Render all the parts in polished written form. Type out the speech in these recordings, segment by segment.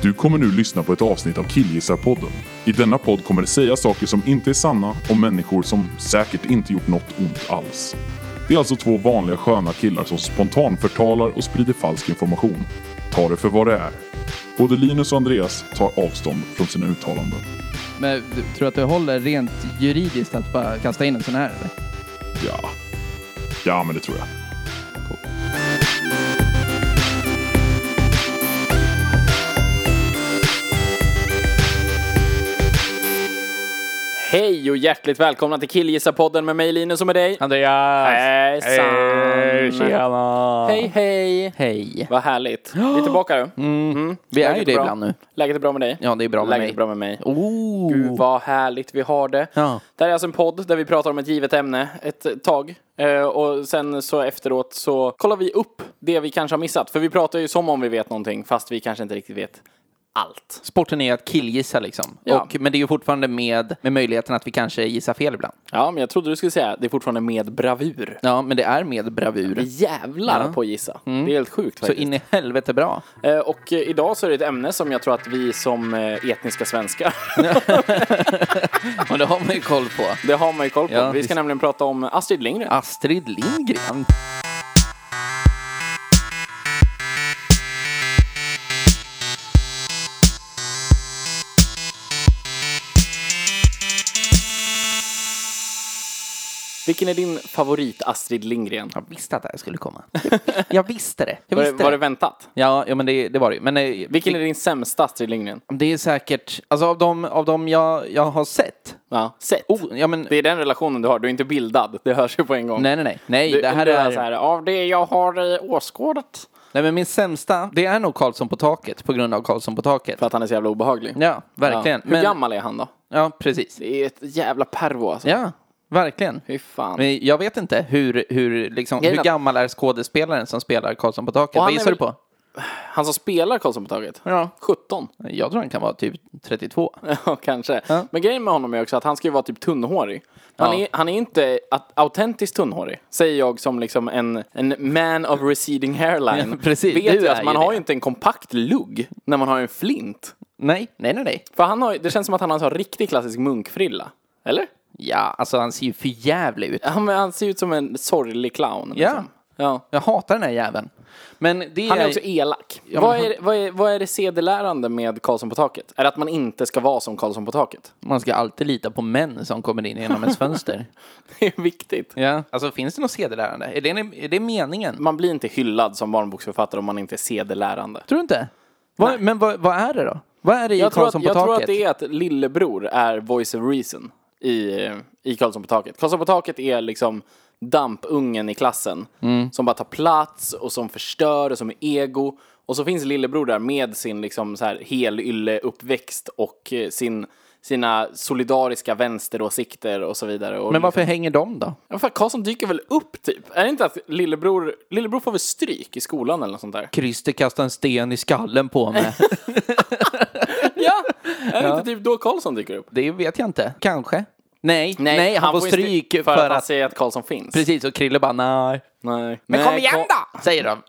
Du kommer nu lyssna på ett avsnitt av Killgissarpodden. I denna podd kommer det säga saker som inte är sanna om människor som säkert inte gjort något ont alls. Det är alltså två vanliga sköna killar som spontant förtalar och sprider falsk information. Ta det för vad det är. Både Linus och Andreas tar avstånd från sina uttalanden. Men tror du att det håller rent juridiskt att bara kasta in en sån här eller? Ja, men det tror jag. Hej och hjärtligt välkomna till Killgissarpodden med mig Linus och med dig Andreas! Hejsan! Tjena! Hej! Hej! Vad härligt. Vi är tillbaka nu. Vi är Läget ju det bra. ibland nu. Läget är bra med dig? Ja, det är bra med Läget mig. är bra med mig. Oh. Vad härligt vi har det. Ja. Det här är alltså en podd där vi pratar om ett givet ämne ett tag. Och sen så efteråt så kollar vi upp det vi kanske har missat. För vi pratar ju som om vi vet någonting fast vi kanske inte riktigt vet allt. Sporten är att killgissa liksom. Ja. Men det är ju fortfarande med möjligheten att vi kanske gissar fel ibland. Ja, men jag trodde du skulle säga det är fortfarande med bravur. Ja, men det är med bravur. Jävlar på att gissa. Det är helt sjukt Så faktiskt. in i helvete bra. Och idag så är det ett ämne som jag tror att vi som etniska svenskar Och det har man ju koll på. det har man ju koll på. Ja, Vi ska nämligen prata om Astrid Lindgren. Astrid Lindgren. Vilken är din favorit Astrid Lindgren? Jag visste att det här skulle komma. Jag visste det. Jag Var visste det, var det väntat? Ja, men det var det. Men Vilken är din sämsta Astrid Lindgren? det är säkert, alltså av dem jag har sett. Ja, sett. Ja, men Det är den relationen du har. Du är inte bildad. Det hörs ju på en gång. nej. Du, Det här du är så här, av det jag har åskådat. Nej, men min sämsta, det är nog Karlsson på taket på grund av Karlsson på taket. För att han är så jävla obehaglig. Ja, verkligen. Ja. Hur gammal är han då? Ja, precis. Det är ett jävla pervo alltså. Ja, verkligen. Fy fan. Men jag vet inte hur gammal är skådespelaren som spelar Karlsson på taket? Och han Vad är gissar du väl- på? Han som spelar Karlsson på taget? Ja. 17. Jag tror han kan vara typ 32. Ja, kanske. Ja. Men grejen med honom är också att han ska ju vara typ tunnhårig. Han är inte autentiskt tunnhårig, säger jag som liksom en man of receding hairline. Ja, precis. Vet Du ju är att man ju har det. ju inte en kompakt lugg när man har en flint. Nej. För det känns som att han har en sån riktig klassisk munkfrilla. Eller? Ja, alltså han ser ju för jävlig ut. Ja, men han ser ut som en sorglig clown. Liksom. Ja. Jag hatar den här jäveln. Men det Han är också elak. Ja, Vad är det sedelärande med Karlsson på taket? Är det att man inte ska vara som Karlsson på taket? Man ska alltid lita på män som kommer in genom ens fönster. Det är viktigt. Ja, alltså finns det något sedelärande? Är det meningen? Man blir inte hyllad som barnboksförfattare om man inte är sedelärande. Tror du inte? Men vad är det då? Vad är det i Karlsson på taket? Jag tror att det är att lillebror är voice of reason i Karlsson på taket. Karlsson på taket är liksom dampungen i klassen som bara tar plats och som förstör och som är ego. Och så finns lillebror där med sin liksom så här helylle uppväxt och sina solidariska vänsteråsikter och så vidare. Och Men varför hänger de då? Ja, för Karlsson dyker väl upp typ? Är det inte att lillebror får väl stryk i skolan eller något sånt där? Christer kastar en sten i skallen på mig. Ja, är det inte typ då Karlsson dyker upp? Det vet jag inte. Kanske. Nej, han får ju stryk för att han säger att Karlsson finns. Precis, och Krille bara nej. Nej. Men kom igen då! Säger de.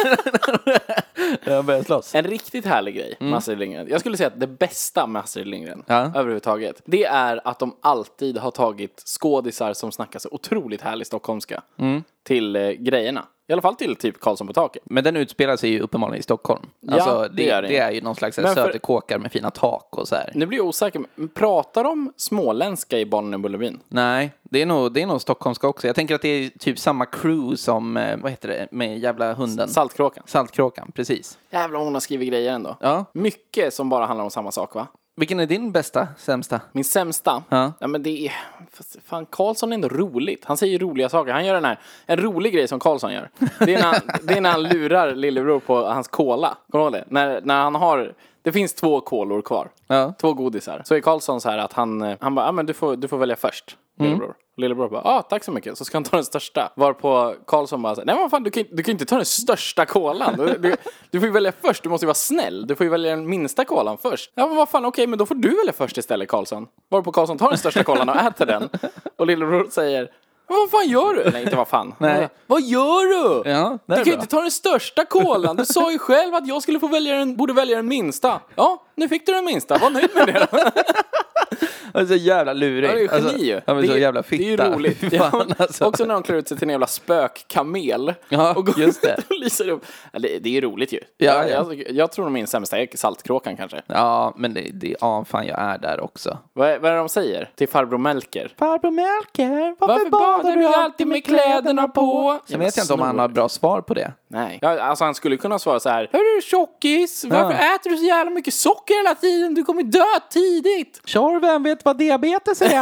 Jag börjar slåss. En riktigt härlig grej med Astrid Lindgren. Jag skulle säga att det bästa med Astrid Lindgren överhuvudtaget, det är att de alltid har tagit skådisar som snackar så otroligt härlig stockholmska till grejerna. I alla fall till typ Karlsson på taket. Men den utspelar sig ju uppenbarligen i Stockholm. Ja, Alltså, det är det. det är ju någon slags Men för- söderkåkar med fina tak och så här. Nu blir jag osäker. Men pratar de småländska i Barnen i Bullerbyn? Nej, det är nog stockholmska också. Jag tänker att det är typ samma crew som, vad heter det, med jävla hunden. Saltkråkan. Saltkråkan, precis. Jävlar, hon har skrivit grejer ändå. Ja. Mycket som bara handlar om samma sak, va? Vilken är din bästa, sämsta? Min sämsta? Ja. Ja, men det är... Fan, Karlsson är ändå roligt. Han säger roliga saker. Han gör en rolig grej som Karlsson gör. Det är när han lurar lillebror på hans cola. Kommer du ihåg det? När han har... Det finns 2 kolor kvar. Ja. 2 godisar. Så är Karlsson så här att han bara, ja men du får välja först, lillebror. Lillebror bara, tack så mycket. Så ska han ta den största. Varpå Karlsson bara, nej men fan, du kan inte ta den största kolan. Du får ju välja först, du måste ju vara snäll. Du får ju välja den minsta kolan först. Ja men vad fan, okej, men då får du välja först istället, Karlsson. Varpå Karlsson tar den största kolan och äter den. Och lillebror säger, Vad fan gör du? Nej, inte vad fan. Nej. Vad gör du? Ja, Du kan ju inte ta den största kolan. Du sa ju själv att jag skulle få borde välja den minsta. Ja, nu fick du den minsta. Var nöjd med det. Det är så jävla lurig. Ja, det är ju geni ju. Ja, men så jävla fitta. Det är ju roligt. Fan, alltså. Också när de klär ut sig till en jävla spökkamel. Ja, och går just det. och lyser upp. Det är ju roligt ju. Ja. Jag tror de min sämsta är Saltkråkan kanske. Ja, men fan jag är där också. Vad är det de säger till farbror Melker? Farbror Melker, Varför badar du alltid med kläderna på? Jag vet inte om han har bra svar på det. Nej. Ja, alltså han skulle kunna svara så här: hörru tjockis, varför äter du så jävla mycket socker hela tiden? Du kommer dö tidigt. Tjorven, vet vad diabetes är?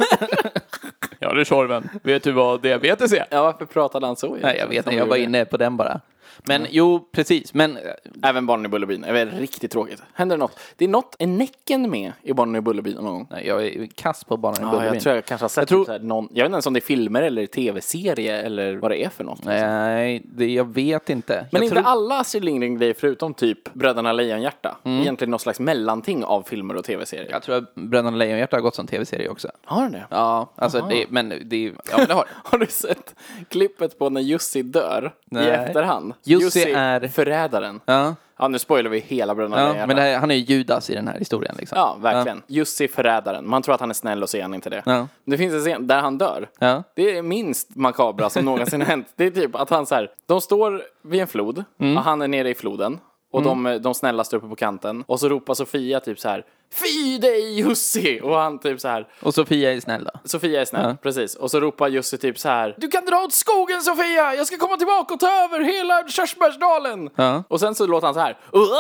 Ja, det är Tjorven. Vet du vad diabetes är? Ja, varför pratade han så? Nej, jag vet inte. Jag var inne på den bara. Men jo, precis. Men även Barnen i Bullerbyn är väl riktigt tråkigt. Händer något? Det är något, är Näcken med i Barnen i Bullerbyn någon gång? nej, jag är kass på Barnen i Bullerbyn. Jag tror jag kanske har sett så här, jag vet inte ens om det är filmer eller tv-serie eller vad det är för något. Nej, jag vet inte. Men jag inte alla Astrid Lindgren-grejer förutom typ Bröderna Lejonhjärta. Egentligen något slags mellanting av filmer och tv-serier. Jag tror att Bröderna Lejonhjärta har gått som tv-serie också. Har den det? Ja, alltså men det har det. Har du sett klippet på när Jussi dör i efterhand? Jussi är förrädaren. Ja, nu spoilar vi hela Bröderna Lejonhjärta. men han är ju Judas i den här historien liksom. Ja, verkligen. Jussi förrädaren. Man tror att han är snäll och så är han inte det. Ja. Det finns en scen där han dör. Ja. Det är minst makabra som någonsin har hänt. Det är typ att han så här, de står vid en flod och han är nere i floden. Och de snälla står uppe på kanten. Och så ropar Sofia typ så här: fy dig Jussi! Och han typ så här. Och Sofia är snäll då? Sofia är snäll, precis. Och så ropar Jussi typ så här: du kan dra åt skogen Sofia! Jag ska komma tillbaka och ta över hela Körsbärsdalen! Ja. Och sen så låter han så här: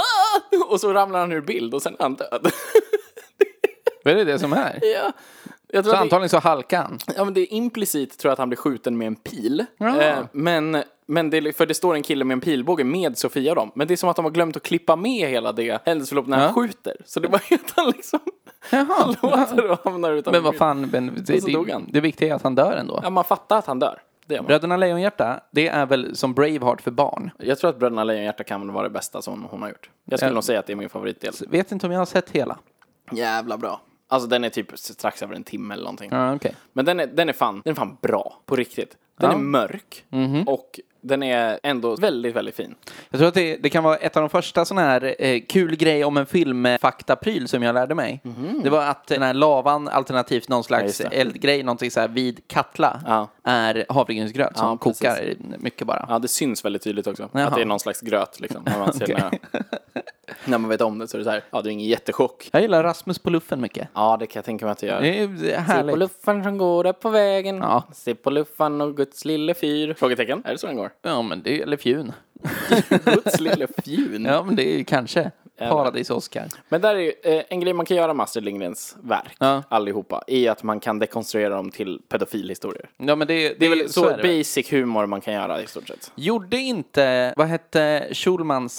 och så ramlar han ur bild och sen är han död. Vad är det som är? Ja. Jag tror Så att antagligen så halkar han. ja, men det är implicit tror jag att han blir skjuten med en pil. Ja. Men för det står en kille med en pilbåge med Sofia och dem. Men det är som att de har glömt att klippa med hela det händelseförlopp när han skjuter. Så det var helt han liksom han låter och hamnar utan. Men vad fan, det viktiga är att han dör ändå. Ja, man fattar att han dör. Bröderna Lejonhjärta, det är väl som Braveheart för barn. Jag tror att Bröderna Lejonhjärta kan vara det bästa som hon har gjort. Jag skulle nog säga att det är min favoritdel. Vet inte om jag har sett hela. Jävla bra. Alltså den är typ strax över en timme eller någonting. Ja, okay. Men den är fan bra, på riktigt. Den är mörk och den är ändå väldigt, väldigt fin. Jag tror att det kan vara ett av de första sådana här kul grej om en filmfaktapryl som jag lärde mig. Det var att den här lavan, alternativt någon slags eldgrej, någonting så här vid Katla, är havregrynsgröt som kokar mycket bara. Ja, det syns väldigt tydligt också. Att det är någon slags gröt liksom. När man ser när man vet om det så är det så här, det är ingen jättechock. Jag gillar Rasmus på luffen mycket. Ja, det kan jag tänka mig att jag gör. Det är härligt. Se på luffen som går där på vägen. Ja. Se på luffen och Guds lille fyr. Frågetecken, är det så den går? Ja, men det är, eller fjun. Guds lille fjun. Ja, men det är ju kanske Paradis Oscar. Men där är en grej man kan göra med Astrid Lindgrens verk, allihopa, är att man kan dekonstruera dem till pedofilhistorier. Ja, men det är väl så basic humor man kan göra i stort sett. Gjorde inte, vad hette Schulmans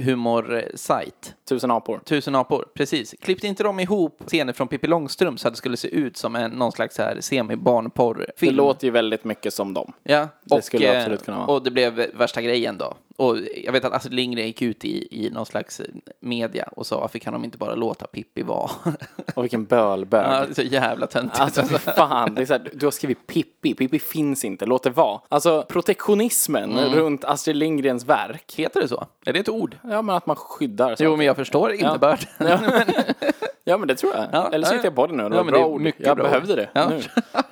humorsajt? 1000 apor. 1000 apor, precis. Klippte inte de ihop scener från Pippi Långstrump så att det skulle se ut som någon slags här semi-barnporrfilm? Det låter ju väldigt mycket som dem. Ja, det skulle absolut kunna vara. Och det blev värsta grejen då. Och jag vet att Astrid Lindgren gick ut i någon slags media och sa varför kan de inte bara låta Pippi vara? Och vilken bölbög. Ja, det är så jävla töntigt. Alltså fan, det är så här, du har skrivit Pippi. Pippi finns inte, låt det vara. Alltså protektionismen runt Astrid Lindgrens verk. Heter det så? Är det ett ord? Ja, men att man skyddar saker. Jo, men jag förstår innebörden. Ja. Ja, men det tror jag. Ja, eller så hittar jag på det nu. Det var bra ord. Jag behövde det nu.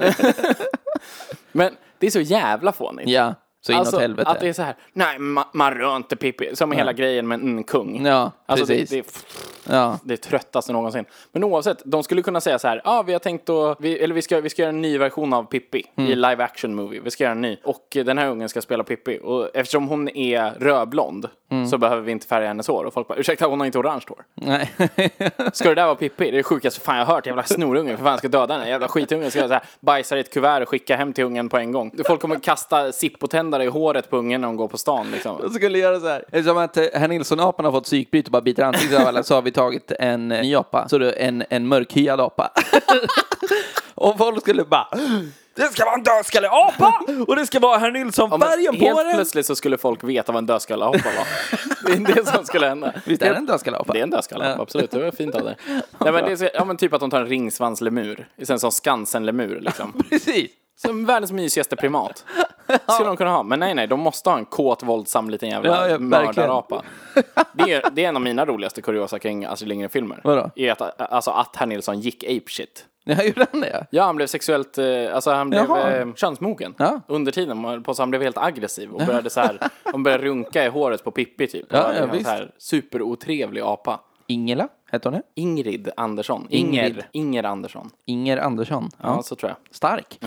Men det är så jävla fånigt. Ja. Så inåt helvete. Att det är så här, nej, man rör inte Pippi. Som hela grejen med en kung. Ja, alltså precis. Det är tröttaste någonsin. Men oavsett, de skulle kunna säga så här, vi har tänkt att, vi ska göra en ny version av Pippi i live action movie. Vi ska göra en ny. Och den här ungen ska spela Pippi. Och eftersom hon är rödblond så behöver vi inte färga hennes hår. Och folk bara, ursäkta, hon har inte orange hår. Nej. Ska det där vara Pippi? Det är det sjukaste fan jag har hört. Jävla snorungen, för fan ska döda henne. Jävla skitungen ska så här, bajsa i ett kuvert och skicka hem till ungen på en gång. Folk kommer kasta Zippo-tändare i håret på ungen när de går på stan liksom. Jag skulle göra så här. Det är som att herr Nilsson-apan har fått psykbryt och bara biter ansiktet av alla, så har vi tagit en ny apa. Så det är en mörkhyad apa. Och folk skulle bara, det ska vara en dödskalleapa och det ska vara herr Nilsson-färgen på den. Helt plötsligt så skulle folk veta vad en dödskalleapa var. Det är det som skulle hända. Visst är det en dödskalleapa? Det är en dödskalleapa, absolut. Det var fint av det. Nej, men det är så, men typ att de tar en ringsvanslemur. Sen som Skansen-lemur liksom. Precis. Som världens mysigaste primat. Skulle de kunna ha. Men nej, de måste ha en kåt, våldsam liten jävla mördarapa. Det är en av mina roligaste kuriosa kring Astrid Lindgren-filmer. Vadå? Är att herr Nilsson gick apeshit. Ja, gjorde han det? Ja, han blev sexuellt, han blev könsmogen under tiden. Så han blev helt aggressiv och började så här, han började runka i håret på Pippi typ. Ja, visst. Så här superotrevlig apa. Ingela, hette hon det? Ingrid Andersson. Inger Andersson. Inger Andersson. Ja, så tror jag. Stark.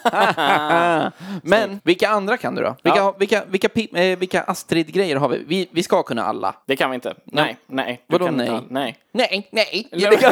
Men vilka andra kan du då? Vilka Astrid-grejer har vi? Vi ska kunna alla. Det kan vi inte. Nej. Vadå Nej. Nej.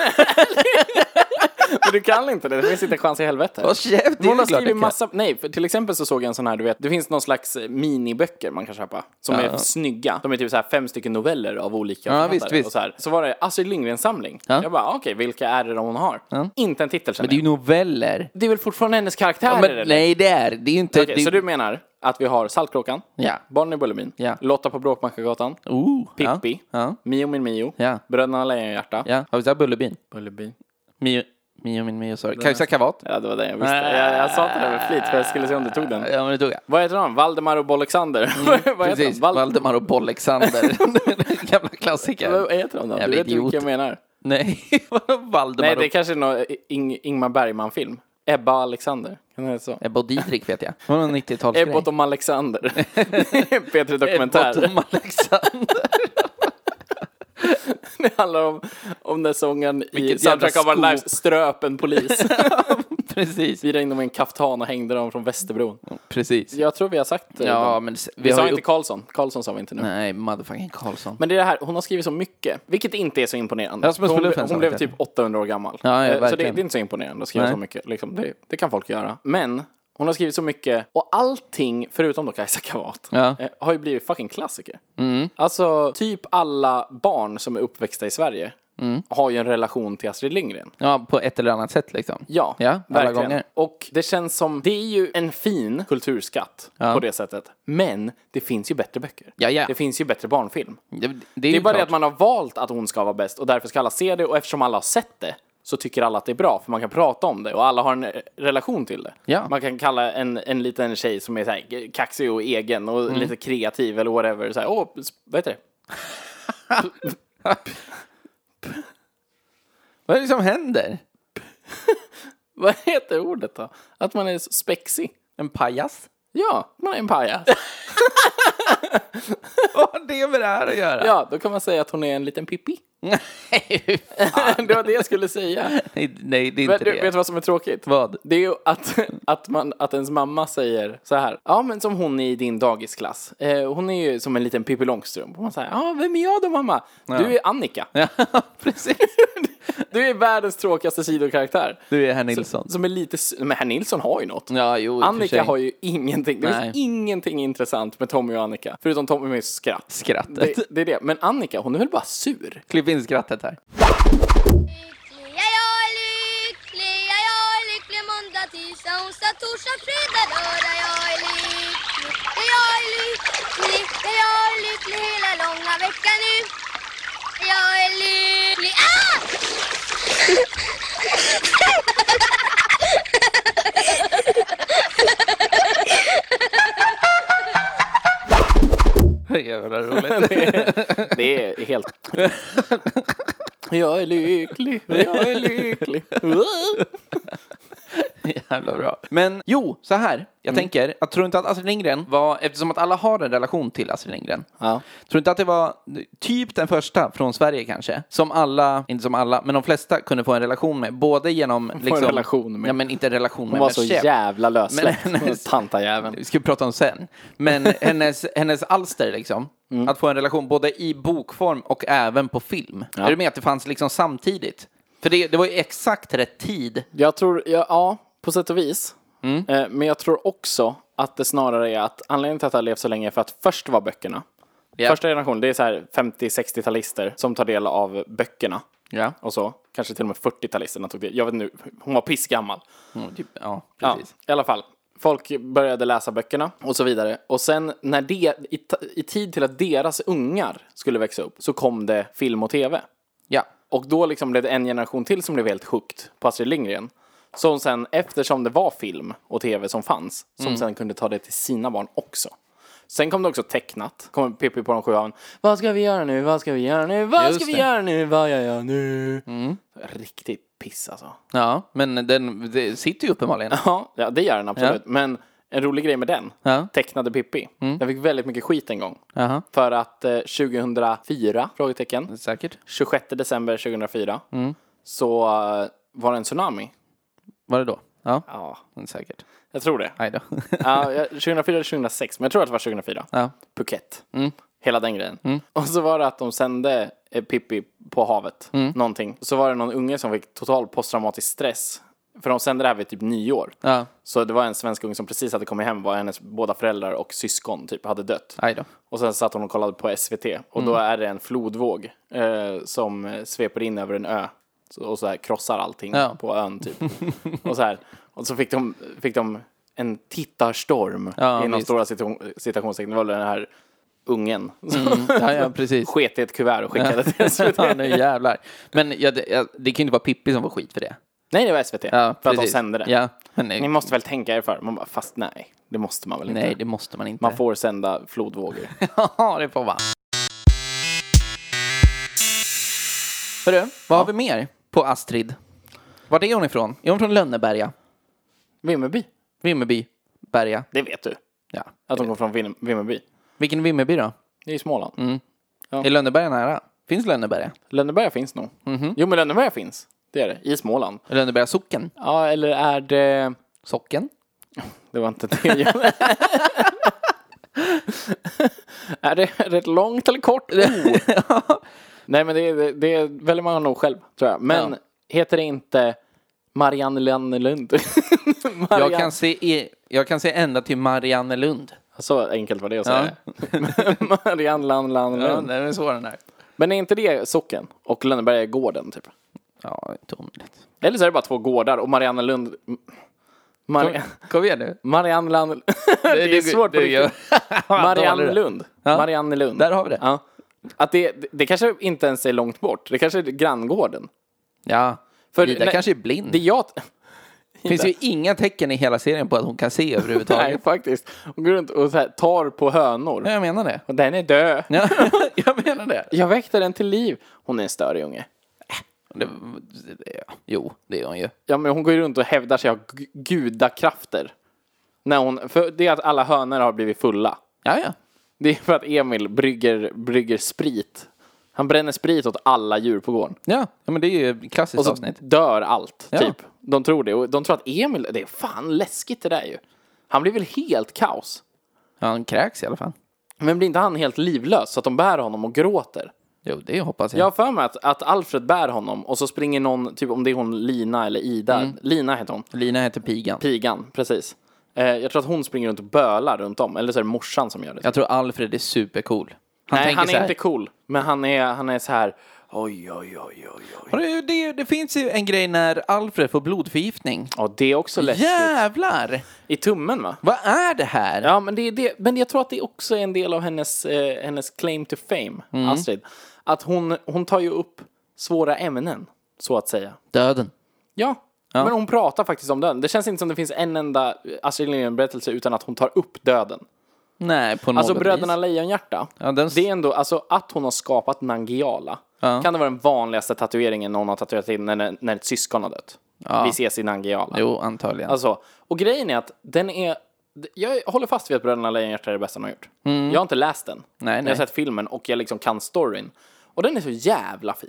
Men du kan inte det. Det finns inte chans i helvete. Vad käft, det är klart det kan. Massa. Nej, för till exempel så såg jag en sån här, du vet, det finns någon slags miniböcker man kan köpa som är snygga. De är typ så här 5 stycken noveller av olika författare. Visst. Och så var det Astrid Lindgren-samling. Jag bara, okej, vilka är det hon har? Inte en titel. Men det är ju noveller. Det är väl fortfarande hennes karaktärer? Men, eller? Nej, det är ju inte. Okej, så du menar att vi har Saltkråkan, Barnen i Bullerbyn, Lotta på Bråkmakargatan, Pippi, Mio min Mio, Bröderna Lejonhjärta. Har vi sagt Bullerbyn? Mio min Mio, sorry. Kajsa Kavat. Ja, det var det jag visste. Jag sa det där med flit för jag skulle se om du tog den. Ja, men det tog jag. Vad heter han? Valdemar och Bollexander. Precis, Valdemar och Bollexander. Gamla klassiker. Vad heter de då? Du vet inte vilka jag menar. Nej, Valdemar. Nej, det är kanske någon Ingmar Bergman-film. Ebba Alexander. Kan det heta så? Ebba och Didrik vet jag. Det var någon 90-talsgrej. Ebbot om Alexander. P3 Dokumentär. Ebbot om Alexander. Det handlar om den sången i Soundtrack of Our Lives, ströp en polis. Precis. Vi ringde med en kaftan och hängde dem från Västerbron. Precis. Jag tror vi har sagt det. Ja, men vi sa inte Karlsson. Karlsson sa vi inte nu. Nej, motherfucking Karlsson. Men det är det här, hon har skrivit så mycket, vilket inte är så imponerande. Hon blev typ 800 år gammal. Ja, så det är inte så imponerande att skriva så mycket. Liksom, det kan folk göra. Men hon har skrivit så mycket, och allting, förutom då Kajsa Kavat, har ju blivit fucking klassiker. Alltså, typ alla barn som är uppväxta i Sverige har ju en relation till Astrid Lindgren. Ja, på ett eller annat sätt liksom. Ja, alla verkligen. gånger. Och det känns som, det är ju en fin kulturskatt på det sättet. Men det finns ju bättre böcker. Ja. Det finns ju bättre barnfilm. Det är bara klart. det att man har valt att hon ska vara bäst och därför ska alla se det, och eftersom alla har sett det så tycker alla att det är bra, för man kan prata om det och alla har en relation till det. Ja. Man kan kalla en liten tjej som är så här kaxig och egen och lite kreativ eller whatever, så här, vad heter det? Vad är det som händer? Vad heter ordet då? Att man är spexig. En pajas? Ja, man är en pajas. Vad har det med det här att göra? Ja, då kan man säga att hon är en liten Pippi. Det var det jag skulle säga. Nej, det är inte det. Vet du vad som är tråkigt? Vad? Det är ju att ens mamma säger så här: ja, men som hon i din dagisklass. Hon är ju som en liten Pippi Långstrump. Och man säger, ja, vem är jag då, mamma? Du är Annika. Ja, precis. Du är världens tråkigaste sidokaraktär. Du är herr Nilsson. Som är lite... Men herr Nilsson har ju något. Ja, jo, Annika har ju ingenting. Det finns ingenting intressant med Tommy och Annika. Förutom Tommy med skratt. Skrattet. Det är det. Men Annika, hon är väl bara sur. Klipp in skrattet här. Lycklig måndag, tisdag, onsdag, torsdag, fredag, lördag. Jag är lycklig hela långa veckan nu. Jag är lycklig. Jävla roligt. Det är helt... Jag är lycklig. Jävla bra. Men jo, så här. Jag tänker, jag tror inte att Astrid Lindgren var, eftersom att alla har en relation till Astrid Lindgren. Ja. Tror inte att det var typ den första från Sverige kanske. Som alla, inte som alla, men de flesta kunde få en relation med. Både genom liksom, en relation med. Ja, men inte relation med. Hon var så chef. Jävla lössläppt. Men tantajäveln. Vi ska prata om sen. Men hennes alster liksom. Att få en relation både i bokform och även på film. Ja. Är du med att det fanns liksom samtidigt? För det var ju exakt rätt tid. Jag tror, ja, på sätt och vis. Men jag tror också att det snarare är att anledningen till att det har levt så länge är för att först var böckerna. Yeah. Första generationen, det är så här 50-60-talister som tar del av böckerna. Ja. Och så. Kanske till och med 40-talisterna tog det. Jag vet nu, hon var pissgammal. Typ, ja, Ja, precis. i alla fall. Folk började läsa böckerna och så vidare. Och sen när i tid till att deras ungar skulle växa upp så kom det film och tv. Ja. Och då liksom blev det en generation till som blev helt hooked på Astrid Lindgren. Som sen, eftersom det var film och tv som fanns, som sen kunde ta det till sina barn också. Sen kom det också tecknat. Kommer Pippi på de 7 haven. Vad ska vi göra nu? Vad ska vi göra nu? Vad ska vi göra nu? Vad gör jag nu? Riktigt piss alltså. Ja, men det sitter ju uppenbarligen. Ja, det gör den absolut. Ja. Men en rolig grej med den, tecknade Pippi. Den fick väldigt mycket skit en gång. Jaha. För att 2004, frågetecken. Säkert. 26 december 2004. Så var det en tsunami. Var det då? Ja, Ja, säkert. jag tror det. Nej då. Ja, 2004 eller 2006, men jag tror att det var 2004. Ja. Phuket. Hela den grejen. Och så var det att de sände Pippi på havet. Någonting. Så var det någon unge som fick total posttraumatisk stress. För de sände det här vid typ 9 år. Ja. Så det var en svensk unge som precis hade kommit hem. Var hennes båda föräldrar och syskon typ hade dött. Nej då. Och sen satt hon och kollade på SVT. Och då är det en flodvåg som sveper in över en ö. Och så här krossar allting på ön typ. Och så här. Och så fick de en tittarstorm inom stora citationstecken. Det var den här ungen. Ja, precis. Sket i ett kuvert och skickade till SVT. Ja, nu jävlar. Men det kan ju inte vara Pippi som var skit för det. Nej, det var SVT. Ja, för att de sände det. Ja, men Ni måste väl tänka er för. Man bara, fast nej, det måste man väl inte. Nej, det måste man inte. Man får sända flodvågor. Ja, det får man. Hörru, vad har vi mer på Astrid? Var är hon ifrån? Är hon från Lönneberga? Vimmerby. Berga. Det vet du. Ja. Att de går från Vimmerby. Vilken Vimmerby då? Det är i Småland. Är Lönneberga nära? Finns Lönneberga? Lönneberga finns nog. Jo, men Lönneberga finns. Det är det. I Småland. Är Lönneberga socken? Ja, eller är det... Socken? Det var inte det. Är det rätt långt eller kort? Nej, men det väljer man nog själv, tror jag. Men heter det inte Mariannelund? Jag kan se ända till Mariannelund. Så enkelt var det att säga. Mariannelund. Ja, det är så den är. Men är inte det socken? Och Lönneberga är gården, typ? Ja, inte omöjligt. Eller så är det bara 2 gårdar och Mariannelund... Kom igen nu. Mariannelund. Det är svårt på riktigt. Mariannelund. Mariannelund. Där har vi det. Ja. Att det kanske inte ens är långt bort. Det kanske är granngården. Ja, För Ida kanske är blind. Det finns ju inga tecken i hela serien på att hon kan se överhuvudtaget. Nej, faktiskt. Hon går runt och så här, tar på hönor. Ja, jag menar det. Och den är död. Ja, jag menar det. Jag väckte den till liv. Hon är en större unge. Jo, det är hon ju. Ja, men hon går ju runt och hävdar sig ha gudakrafter. För det är att alla hönor har blivit fulla. Ja. Det är för att Emil brygger sprit. Han bränner sprit åt alla djur på gården. Ja, men det är ju klassiskt och så avsnitt. dör allt, Ja. typ. De tror det. Och de tror att Emil, det är fan läskigt det där ju. Han blir väl helt kaos. Ja, han kräks i alla fall. Men blir inte han helt livlös så att de bär honom och gråter? Jo, det hoppas jag. Jag har för mig att Alfred bär honom och så springer någon, typ om det är hon Lina eller Ida. Lina heter hon. Lina heter Pigan. Pigan, precis. Jag tror att hon springer runt och bölar runt om. Eller så är det morsan som gör det. Jag tror Alfred är supercool. Nej, han så är här, inte cool. Men han är så här. Oj. Och det finns ju en grej när Alfred får blodförgiftning. Ja, det är också läskigt. Jävlar! I tummen, va? Vad är det här? Ja, men men jag tror att det också är en del av hennes claim to fame, Astrid. Att hon tar ju upp svåra ämnen, så att säga. Döden. Ja, men hon pratar faktiskt om döden. Det känns inte som det finns en enda Astrid Lindgren-berättelse utan att hon tar upp döden. Nej, på något Alltså vis. Bröderna Lejonhjärta. Ja, Det är ändå, alltså att hon har skapat Nangijala. Kan det vara den vanligaste tatueringen någon har tatuerat in när ett syskon har dött? Vi ses i Nangijala. Jo, antagligen. Alltså, och grejen är att den är... Jag håller fast vid att Bröderna Lejonhjärta är det bästa de har gjort. Jag har inte läst den. Nej. Jag har sett filmen och jag liksom kan storyn. Och den är så jävla fin.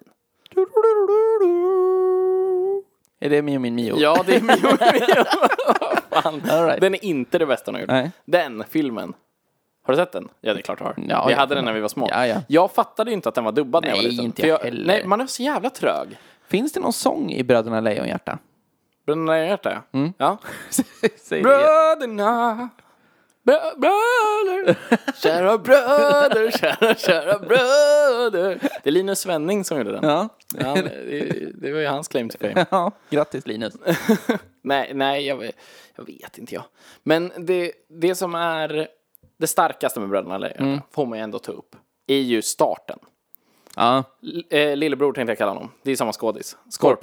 Är det Mio min Mio? Ja, det är Mio. Fan. All right. Den är inte det bästa de har gjort. Nej. Den filmen. Har du sett den? Ja, det är klart du har. Ja, vi ja. hade den när vi var små. Ja. Jag fattade ju inte att den var dubbad när jag var Nej, liten. inte jag heller. Nej, man är så jävla trög. Finns det någon sång i Bröderna Lejonhjärta? Bröderna Lejonhjärta, ja. Ja. Säg det. Bröderna. Bröder. Kära bröder. Kära bröder. Det är Linus Svenning som gjorde den. Ja. Det var ju hans claim to fame. Ja, grattis Linus. Nej, jag vet inte jag. Men det som är det starkaste med Bröderna Lejonhjärta får man ju ändå ta upp är ju starten. Ja. Lillebror tänkte jag kalla honom. Det är samma skådis. Skorpan.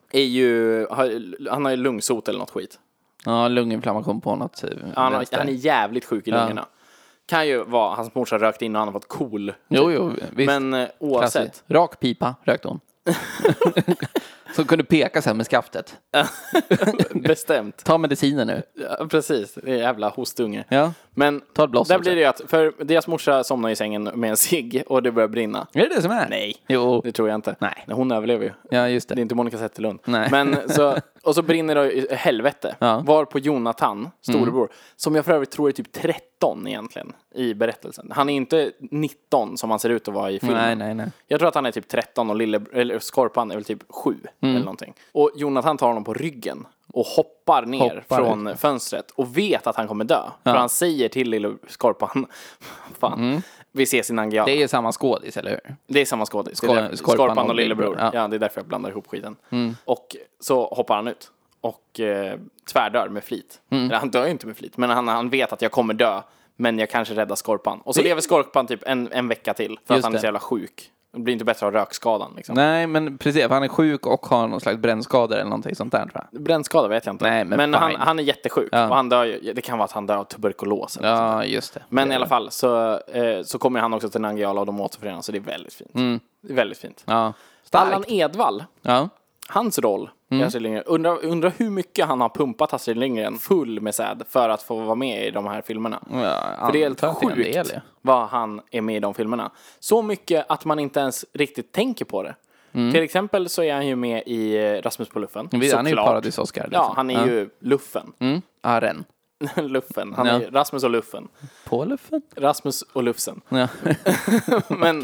är ju, han har ju lungsot eller något skit. Ja, lunginflammation på något. Han är jävligt sjuk i lungorna. Kan ju vara hans morsa rökt in och han har fått cool. Jo, visst. Men oavsett. Klassiskt. Rak pipa rökte hon. Som kunde peka sen med skaftet. Bestämt. Ta mediciner nu. Ja, precis, det är jävla hostunge. Ja. Men Ta ett bloss där också. blir det ju att, för deras morsa somnar i sängen med en cigg och det börjar brinna. Är det som är? Nej, Jo. det tror jag inte. Nej. Hon överlever ju. Ja, just Det är det. inte Monica Zetterlund. Nej. Men så, och så brinner det i helvete. Ja. Var på Jonathan, storebror, som jag för övrigt tror är typ 13 egentligen i berättelsen. Han är inte 19 som han ser ut att vara i filmen. Nej. Jag tror att han är typ 13 och eller Skorpan är väl typ 7 eller någonting. Och Jonathan tar honom på ryggen och hoppar ner från fönstret och vet att han kommer dö. För han säger till lille Skorpan, fan, vi ses i Nangijala. Det är samma skådis, eller hur? Det är samma skådis. Skorpan och lillebror. Ja. Ja, det är därför jag blandar ihop skiten. Och så hoppar han ut. Och tvärdör med flit. Eller, han dör ju inte med flit. Men han vet att jag kommer dö. Men jag kanske räddar Skorpan. Och så lever Skorpan typ en vecka till. För att han är så jävla sjuk. Det blir inte bättre av rökskadan liksom. Nej, men precis. För han är sjuk och har någon slags brännskador eller någonting sånt där, tror jag. Brännskada vet jag inte. Nej, men han är jättesjuk. Ja. Och han dör ju, det kan vara att han dör av tuberkulos. Eller sånt där. Just det. Men i alla fall så kommer han också till Nangijala och de återförenas. Så det är väldigt fint. Det är väldigt fint. Ja. Starkt. Allan Edwall. Ja. Hans roll i Astrid Lindgren. Undrar hur mycket han har pumpat Astrid Lindgren full med säd för att få vara med i de här filmerna. För det är helt sjukt vad han är med i de filmerna. Så mycket att man inte ens riktigt tänker på det. Till exempel så är han ju med i Rasmus på luffen. Han är ju Paradis-Oscar. Liksom. Ja, han är ju Luffen. Arren. Luffen. Han är Rasmus och Luffen. På luffen? Rasmus och Lufsen. Ja. Men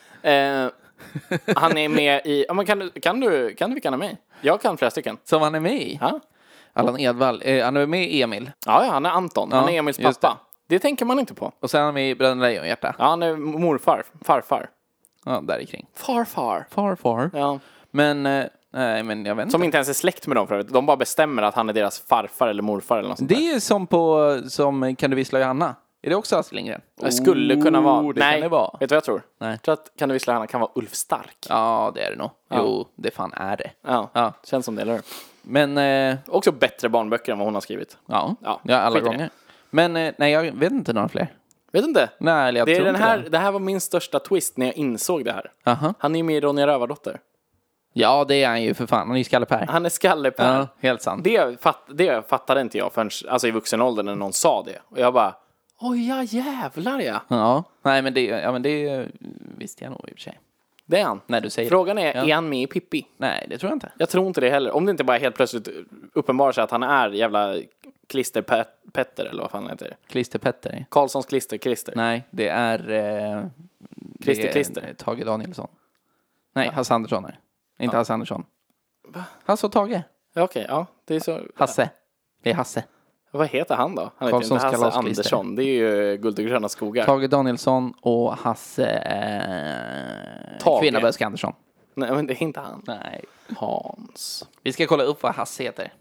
han är med i... Ja, men kan du vilka han är med? Jag kan flera stycken. Som han är med i? Ja, Allan Edwall. Han är med i Emil. ja han är Anton. Han Ja, är Emils just pappa. Det tänker man inte på. Och sen är han med i Bröderna Lejonhjärta. Ja, han är farfar. Ja, där kring. Farfar. Farfar. Ja. Men, nej, men jag vet inte. Som inte ens är släkt med dem för övrigt. De bara bestämmer att han är deras farfar eller morfar eller något sånt Det är som Kan du vissla Johanna? Är det också Astrid Lindgren? Det skulle kunna vara. Det Nej, kan det vara. vet du vad jag tror? Nej. Jag tror att Kan du vissla Johanna kan vara Ulf Stark. Ja, det är det nog. Jo, det fan är det. Ja. Känns som det, eller hur? Men, Också bättre barnböcker än vad hon har skrivit. ja Ja, alla skit i det. gånger. Men, nej, jag vet inte några fler. Vet du inte? Nej, eller jag Det är tror den inte här, det. det här var min största twist när jag insåg det här. Aha. Han är ju med i Ronja Rövardotter. Ja, det är han ju för fan. Han är ju Skalle-Per. Han är Skalle-Per. Ja, helt sant. Det fattade inte jag förrän alltså i vuxen ålder när någon sa det. Och jag bara, oj ja jävlar ja. Ja, nej men det visste jag nog i och för sig. Det är han. När du säger Frågan är, Ja. är han med i Pippi? Nej, det tror jag inte. Jag tror inte det heller. Om det inte bara helt plötsligt uppenbarar sig att han är jävla klisterpetter eller vad fan han heter. Klister-Petter. Karlssons klister. Nej, det är... Klister. Det är Tage Danielsson. Nej, Hasse Andersson är det. Inte Hasse Andersson. Hasse och Tage. Ja, okej, ja. Det är så. Hasse. Det är Hasse. Vad heter han då? Han heter inte Karlssons Hasse kalasklister. Andersson. Det är ju Guld och gröna skogar. Tage Danielsson och Hasse... Tage. Kvinnaböske Andersson. Nej, men det är inte han. Nej. Hans. Vi ska kolla upp vad Hasse heter.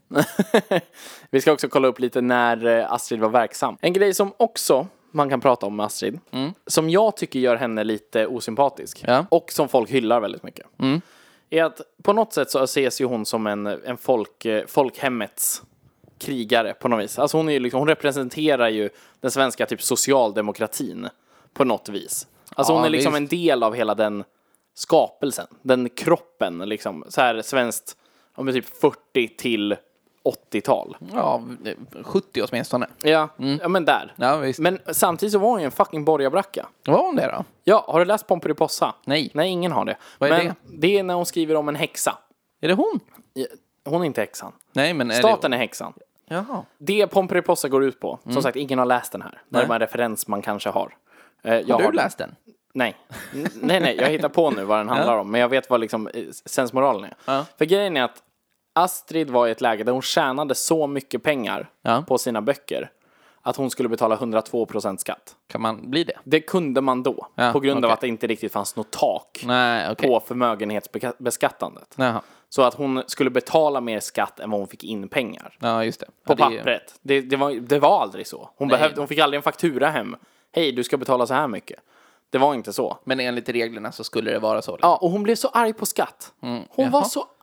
Vi ska också kolla upp lite när Astrid var verksam. En grej som också man kan prata om med Astrid, som jag tycker gör henne lite osympatisk, Ja. och som folk hyllar väldigt mycket, är att på något sätt så ses ju hon som en folkhemmets krigare på något vis. Alltså hon är ju liksom, hon representerar ju den svenska typ socialdemokratin på något vis. Alltså hon är liksom en del av hela den skapelsen, den kroppen liksom, så här svenskt om typ 40 till 80-tal. Ja, 70 åtminstone. Ja, ja men där. Ja, visst. Men samtidigt så var hon ju en fucking borgarbracka. Var hon det då? Ja, har du läst Pomperipossa? Nej. Nej, ingen har det. Vad är men det? Det är när hon skriver om en häxa. Är det hon? Hon är inte häxan. Nej, men Staten är häxan. Jaha. Det Pomperipossa går ut på. Som sagt, ingen har läst den här. Det är bara en referens man kanske har. Har du läst den? Nej. Nej, jag hittar på nu vad den handlar om. Men jag vet vad liksom sensmoralen är. Ja. För grejen är att Astrid var i ett läge där hon tjänade så mycket pengar på sina böcker att hon skulle betala 102% skatt. Kan man bli det? Det kunde man då. Ja, på grund av okej. att det inte riktigt fanns något tak Nej, okej. på förmögenhetsbeskattandet. Jaha. Så att hon skulle betala mer skatt än vad hon fick in pengar. Ja, just det. På Ja, det- pappret. Det var aldrig så. Hon fick aldrig en faktura hem. Hej, du ska betala så här mycket. Det var inte så. Men enligt reglerna så skulle det vara så. Liksom. Ja, och hon blev så arg på skatt. Hon var så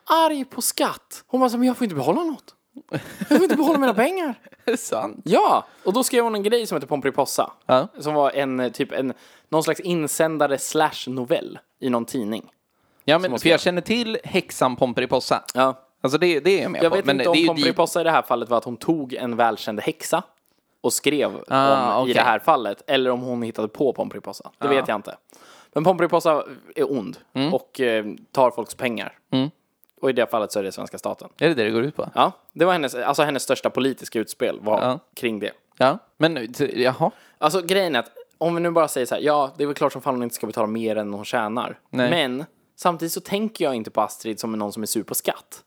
arg på skatt. Hon bara, men jag får inte behålla något. Jag får inte behålla mina pengar. Är det sant? Ja, och då skrev hon en grej som heter Pomperipossa. Ja. Som var någon slags insändare / novell i någon tidning. Ja, men för jag känner till häxan Pomperipossa. Ja. Alltså det är jag med Jag på. vet Men inte om det är ju Pomperipossa i det här fallet var att hon tog en välkänd häxa och skrev om okej. i det här fallet. Eller om hon hittade på Pomperipossa. Det vet jag inte. Men Pomperipossa är ond och tar folks pengar. Och i det fallet så är det svenska staten. Är det går ut på? Ja, det var hennes största politiska utspel var kring det. Ja, men jaha. Alltså grejen är att om vi nu bara säger så här, ja, det är väl klart som fan hon inte ska betala mer än hon tjänar. Nej. Men samtidigt så tänker jag inte på Astrid som någon som är sur på skatt.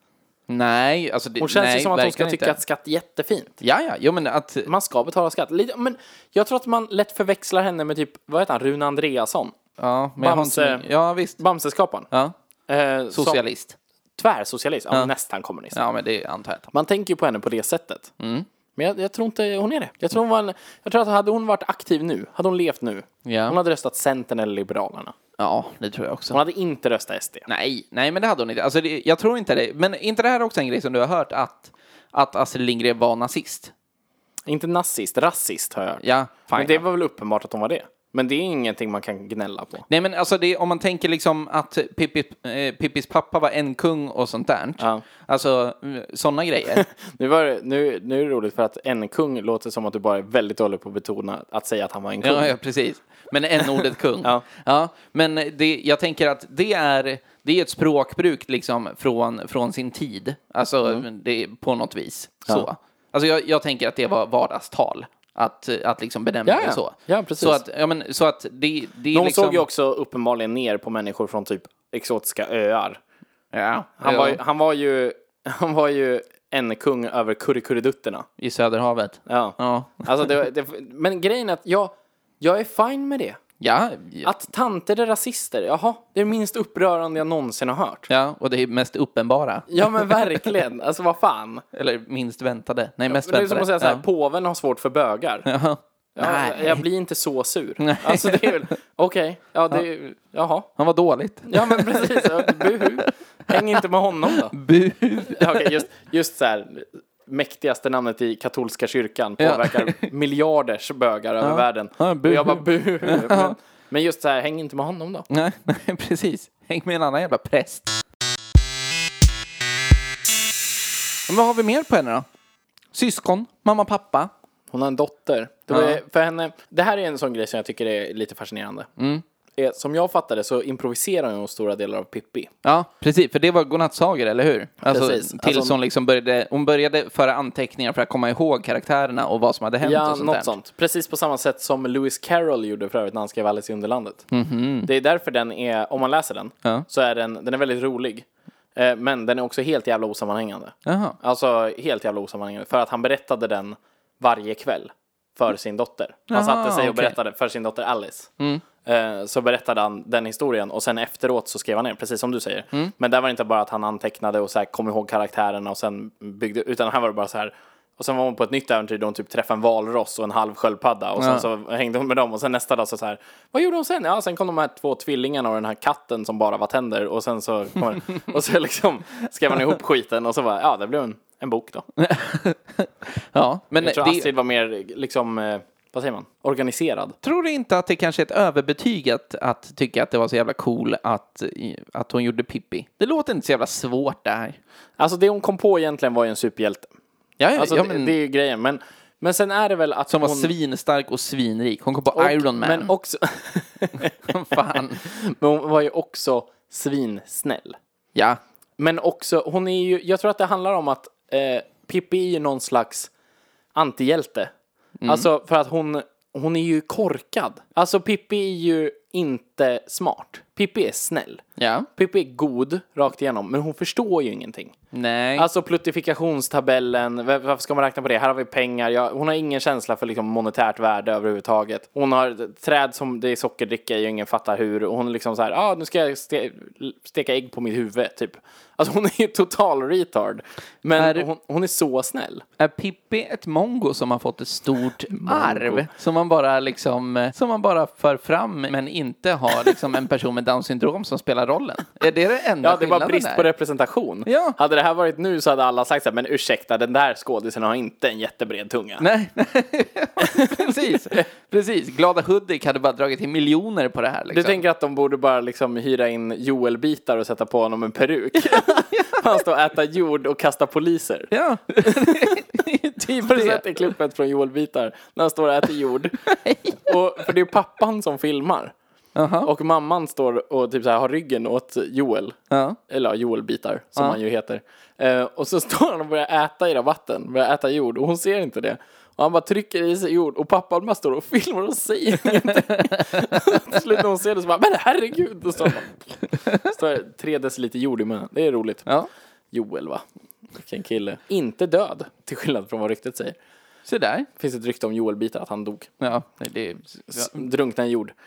Nej, alltså Hon känns ju som att hon ska tycka att skatt är jättefint. Ja, jo, men att... Man ska betala skatt. Men jag tror att man lätt förväxlar henne med typ, vad heter han, Rune Andreasson. Ja, men Bamse, ja, visst. Bamseskaparen. Ja. Socialist. Tvärsocialist, nästan kommunist. Ja, men det antar jag. Man tänker ju på henne på det sättet. Men jag tror inte hon är det. Jag tror att hade hon varit aktiv nu, hade hon levt nu, hon hade röstat Centern eller Liberalerna. Ja, det tror jag också. Hon hade inte röstat SD. Nej, men det hade hon inte. Alltså, jag tror inte det. Men inte det här också en grej som du har hört att Astrid Lindgren var nazist? Inte nazist, rasist har jag hört. Ja, fine. Men det var väl uppenbart att hon var det. Men det är ingenting man kan gnälla på. Nej, men alltså om man tänker liksom att Pippis pappa var en kung och sånt där. Ja. Alltså, sådana grejer. Nu är det roligt för att en kung låter som att du bara är väldigt dålig på att betona att säga att han var en kung. Ja, precis. Men n-ordet kung. Ja. Men jag tänker att det är ett språkbruk liksom från sin tid. Alltså, det är på något vis. Så. Alltså, jag tänker att det var vardagstal. Att liksom benämna det så. Ja, precis. Så att det hon liksom... såg ju också uppenbarligen ner på människor från typ exotiska öar. Ja. Han var ju en kung över Kurrekurredutterna. I Söderhavet. Ja. Alltså men grejen är att jag är fine med det. Ja. Att tanter är rasister, jaha, det är det minst upprörande jag någonsin har hört. Ja, och det är mest uppenbara. Ja, men verkligen. Alltså, vad fan. Eller minst väntade. Nej, mest väntade. väntade. Det är som att säga så här, påven har svårt för bögar. Ja. Jag blir inte så sur. Nej. Alltså, det är väl, okej. Ja, det är, jaha. Han var dåligt. Ja, men precis. Buhu. Häng inte med honom då. Buhu. Okej, just så här, mäktigaste namnet i katolska kyrkan påverkar miljarders bögar över världen. Ja, och jag bara, buhu. Men just så här, häng inte med honom då. Nej, precis. Häng med en annan jävla präst. Men vad har vi mer på henne då? Syskon, mamma, pappa. Hon har en dotter. För henne, det här är en sån grej som jag tycker är lite fascinerande. Som jag fattade så improviserar hon stora delar av Pippi. Ja, precis. För det var godnattsagor, eller hur? Alltså, precis. Tills hon liksom började föra anteckningar för att komma ihåg karaktärerna och vad som hade hänt och sånt något där. sånt. Precis på samma sätt som Lewis Carroll gjorde för övrigt när han skrev Alice i Underlandet. Det är därför den är, om man läser den, så är den är väldigt rolig. Men den är också helt jävla osammanhängande. Jaha. Alltså helt jävla osammanhängande. För att han berättade den varje kväll för sin dotter. Han satte sig och berättade för sin dotter Alice. Så berättade han den historien. Och sen efteråt så skrev han ner, precis som du säger. Men där var det inte bara att han antecknade och så här kom ihåg karaktärerna och sen byggde, utan här var det bara så här. Och sen var hon på ett nytt äventyr då hon typ träffade en valross och en halv sköldpadda. Och sen så hängde hon med dem. Och sen nästa dag så här, vad gjorde hon sen? Ja, sen kom de här 2 tvillingarna och den här katten som bara var tänder. Och sen så och så liksom skrev man ihop skiten. Och så var det blev en bok då. Ja, men jag tror Astrid var mer liksom, vad säger man? Organiserad. Tror du inte att det kanske är ett överbetyg att tycka att det var så jävla cool att hon gjorde Pippi? Det låter inte så jävla svårt det här. Alltså det hon kom på egentligen var ju en superhjälte. Alltså, det är ju grejen. Men sen är det väl att som var svinstark och svinrik. Hon kom på Iron Man. Men också... Fan. Men hon var ju också svinsnäll. Ja. Men också, hon är ju... Jag tror att det handlar om att Pippi är ju någon slags antihjälte. Alltså för att hon är ju korkad. Alltså Pippi är ju inte smart. Pippi är snäll. Ja. Pippi är god rakt igenom, men hon förstår ju ingenting. Nej. Alltså pluttifikationstabellen, varför ska man räkna på det? Här har vi pengar. Hon har ingen känsla för liksom monetärt värde överhuvudtaget. Hon har träd som det är sockerdricka i och ingen fattar hur. Och hon är liksom så här, nu ska jag steka ägg på mitt huvud, typ. Alltså hon är ju total retard. Men hon är så snäll. Är Pippi ett mongo som har fått ett stort arv? Som man bara för fram, men inte ha liksom en person med Down syndrom som spelar rollen? Är det enda Ja, det var skillnaden brist där? på representation. Ja. Hade det här varit nu så hade alla sagt så här, men ursäkta, den där skådisen har inte en jättebred tunga. Nej, precis. Glada Hudik hade bara dragit in miljoner på det här. Liksom. Du tänker att de borde bara liksom hyra in Joel-bitar och sätta på honom en peruk? Han står och äter jord och kastar poliser. Ja, typ Har du sett det klippet från Joel-bitar? När han står och äter jord. Och, för det är pappan som filmar. Och mamman står och typ så här har ryggen åt Joel. Eller Joel-bitar, som han ju heter. Och så står han och börjar äta i rabatten. Börjar äta jord. Och hon ser inte det. Och han bara trycker i sig jord. Och pappan bara står och filmar och säger ingenting. Till slut när hon ser det så bara, men herregud. Då står han står 3 deciliter jord i munnen. Det är roligt. Ja. Joel, va? Vilken kille. Inte död, till skillnad från vad ryktet säger. Så där. Det finns ett rykte om Joel-bitar att han dog. Ja, det Drunkna i jord.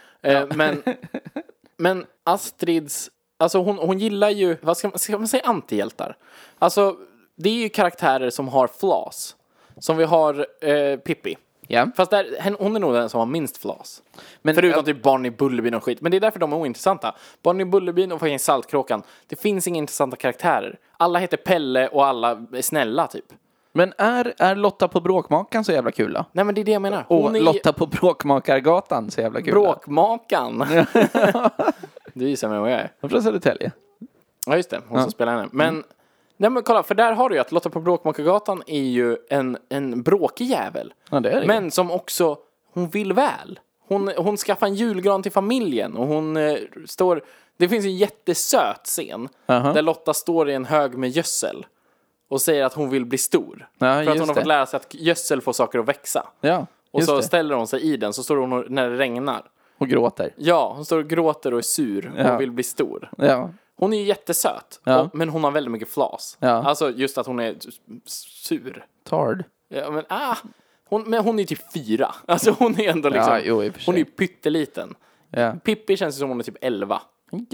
Men Astrids... Alltså hon gillar ju... Vad ska man säga? Antihjältar. Alltså, det är ju karaktärer som har flaws. Som vi har Pippi. Ja. Fast hon är nog den som har minst flaws. Men, förutom typ Barney Bullerbyn och skit. Men det är därför de är ointressanta. Barney Bullerbyn och faktiskt Saltkråkan. Det finns inga intressanta karaktärer. Alla heter Pelle och alla är snälla typ. Men är Lotta på Bråkmakan så jävla kul då? Nej, men det är det jag menar. Och Lotta på Bråkmakargatan så jävla kul. Bråkmakan. Du visar mig vad jag är. Hon från Södertälje. Ja, just det. Hon som spelar henne. Men, nej, men kolla, för där har du ju att Lotta på Bråkmakargatan är ju en bråkig jävel. Ja, det är det. Men som också, hon vill väl. Hon skaffar en julgran till familjen. Och hon står... Det finns en jättesöt scen. Där Lotta står i en hög med gödsel. Och säger att hon vill bli stor. Ja, för att hon har fått lära sig att gödsel får saker att växa. Ja, och så ställer hon sig i den. Så står hon när det regnar. Och gråter. Ja, hon står och gråter och är sur. Och vill bli stor. Ja. Hon är ju jättesöt. Ja. Men hon har väldigt mycket flas. Ja. Alltså just att hon är sur. Tard. Ja, men hon är typ 4. Alltså hon är ändå liksom... Ja, jo, i och för sig. Hon är ju pytteliten. Ja. Pippi känns som hon är typ 11.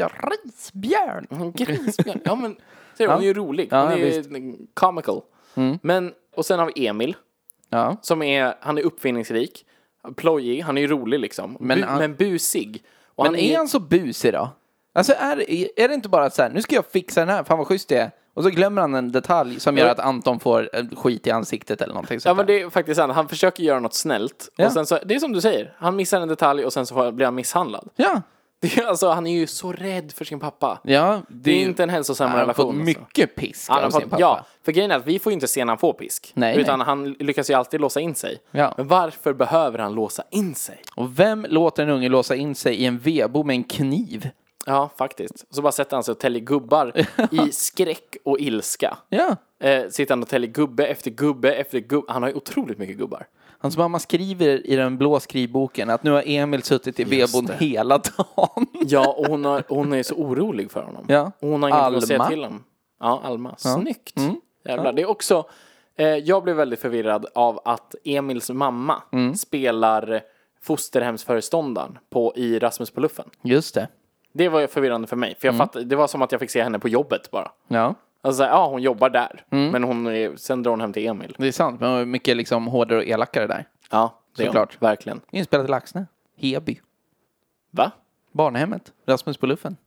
Grisbjörn. Grisbjörn. Ja, men hon är ju rolig. Hon är ju comical. Men, och sen har vi Emil. Ja. Han är uppfinningsrik. Plojig. Han är ju rolig liksom. Men busig. Och Men är han så busig då? Alltså är det inte bara så här, nu ska jag fixa den här, fan vad schysst det är. Och så glömmer han en detalj som gör att Anton får skit i ansiktet eller någonting sånt. Ja, men det är faktiskt sant. Han försöker göra något snällt. Och sen så, det är som du säger. Han missar en detalj och sen så blir han misshandlad. Ja. Alltså, han är ju så rädd för sin pappa. Ja, det är inte en hälsosam relation. Han har fått mycket pisk av sin pappa. Ja, för grejen är att vi får ju inte se när han får pisk. Utan han lyckas ju alltid låsa in sig. Ja. Men varför behöver han låsa in sig? Och vem låter en unge låsa in sig i en vedbo med en kniv? Ja, faktiskt. Så bara sätter han sig och täljer gubbar i skräck och ilska. Ja. Sitter han och täljer gubbe efter gubbe efter gubbe. Han har ju otroligt mycket gubbar. Hans mamma skriver i den blå skrivboken att nu har Emil suttit i vedbon hela dagen. Ja, och hon är så orolig för honom. Ja. Och hon har inget att säga till honom. Ja, Alma. Snyggt. Jävlar. Det är också... jag blev väldigt förvirrad av att Emils mamma spelar fosterhemsföreståndaren i Rasmus på luffen. Just det. Det var förvirrande för mig. För jag fattade, det var som att jag fick se henne på jobbet bara. Ja. Alltså, ja, hon jobbar där. Men sen drar hon hem till Emil. Det är sant, men hon är mycket liksom hårdare och elakare där. Ja, det är såklart. hon. Verkligen. Inspelat i Laxne. Heby. Va? Barnhemmet. Rasmus på luffen.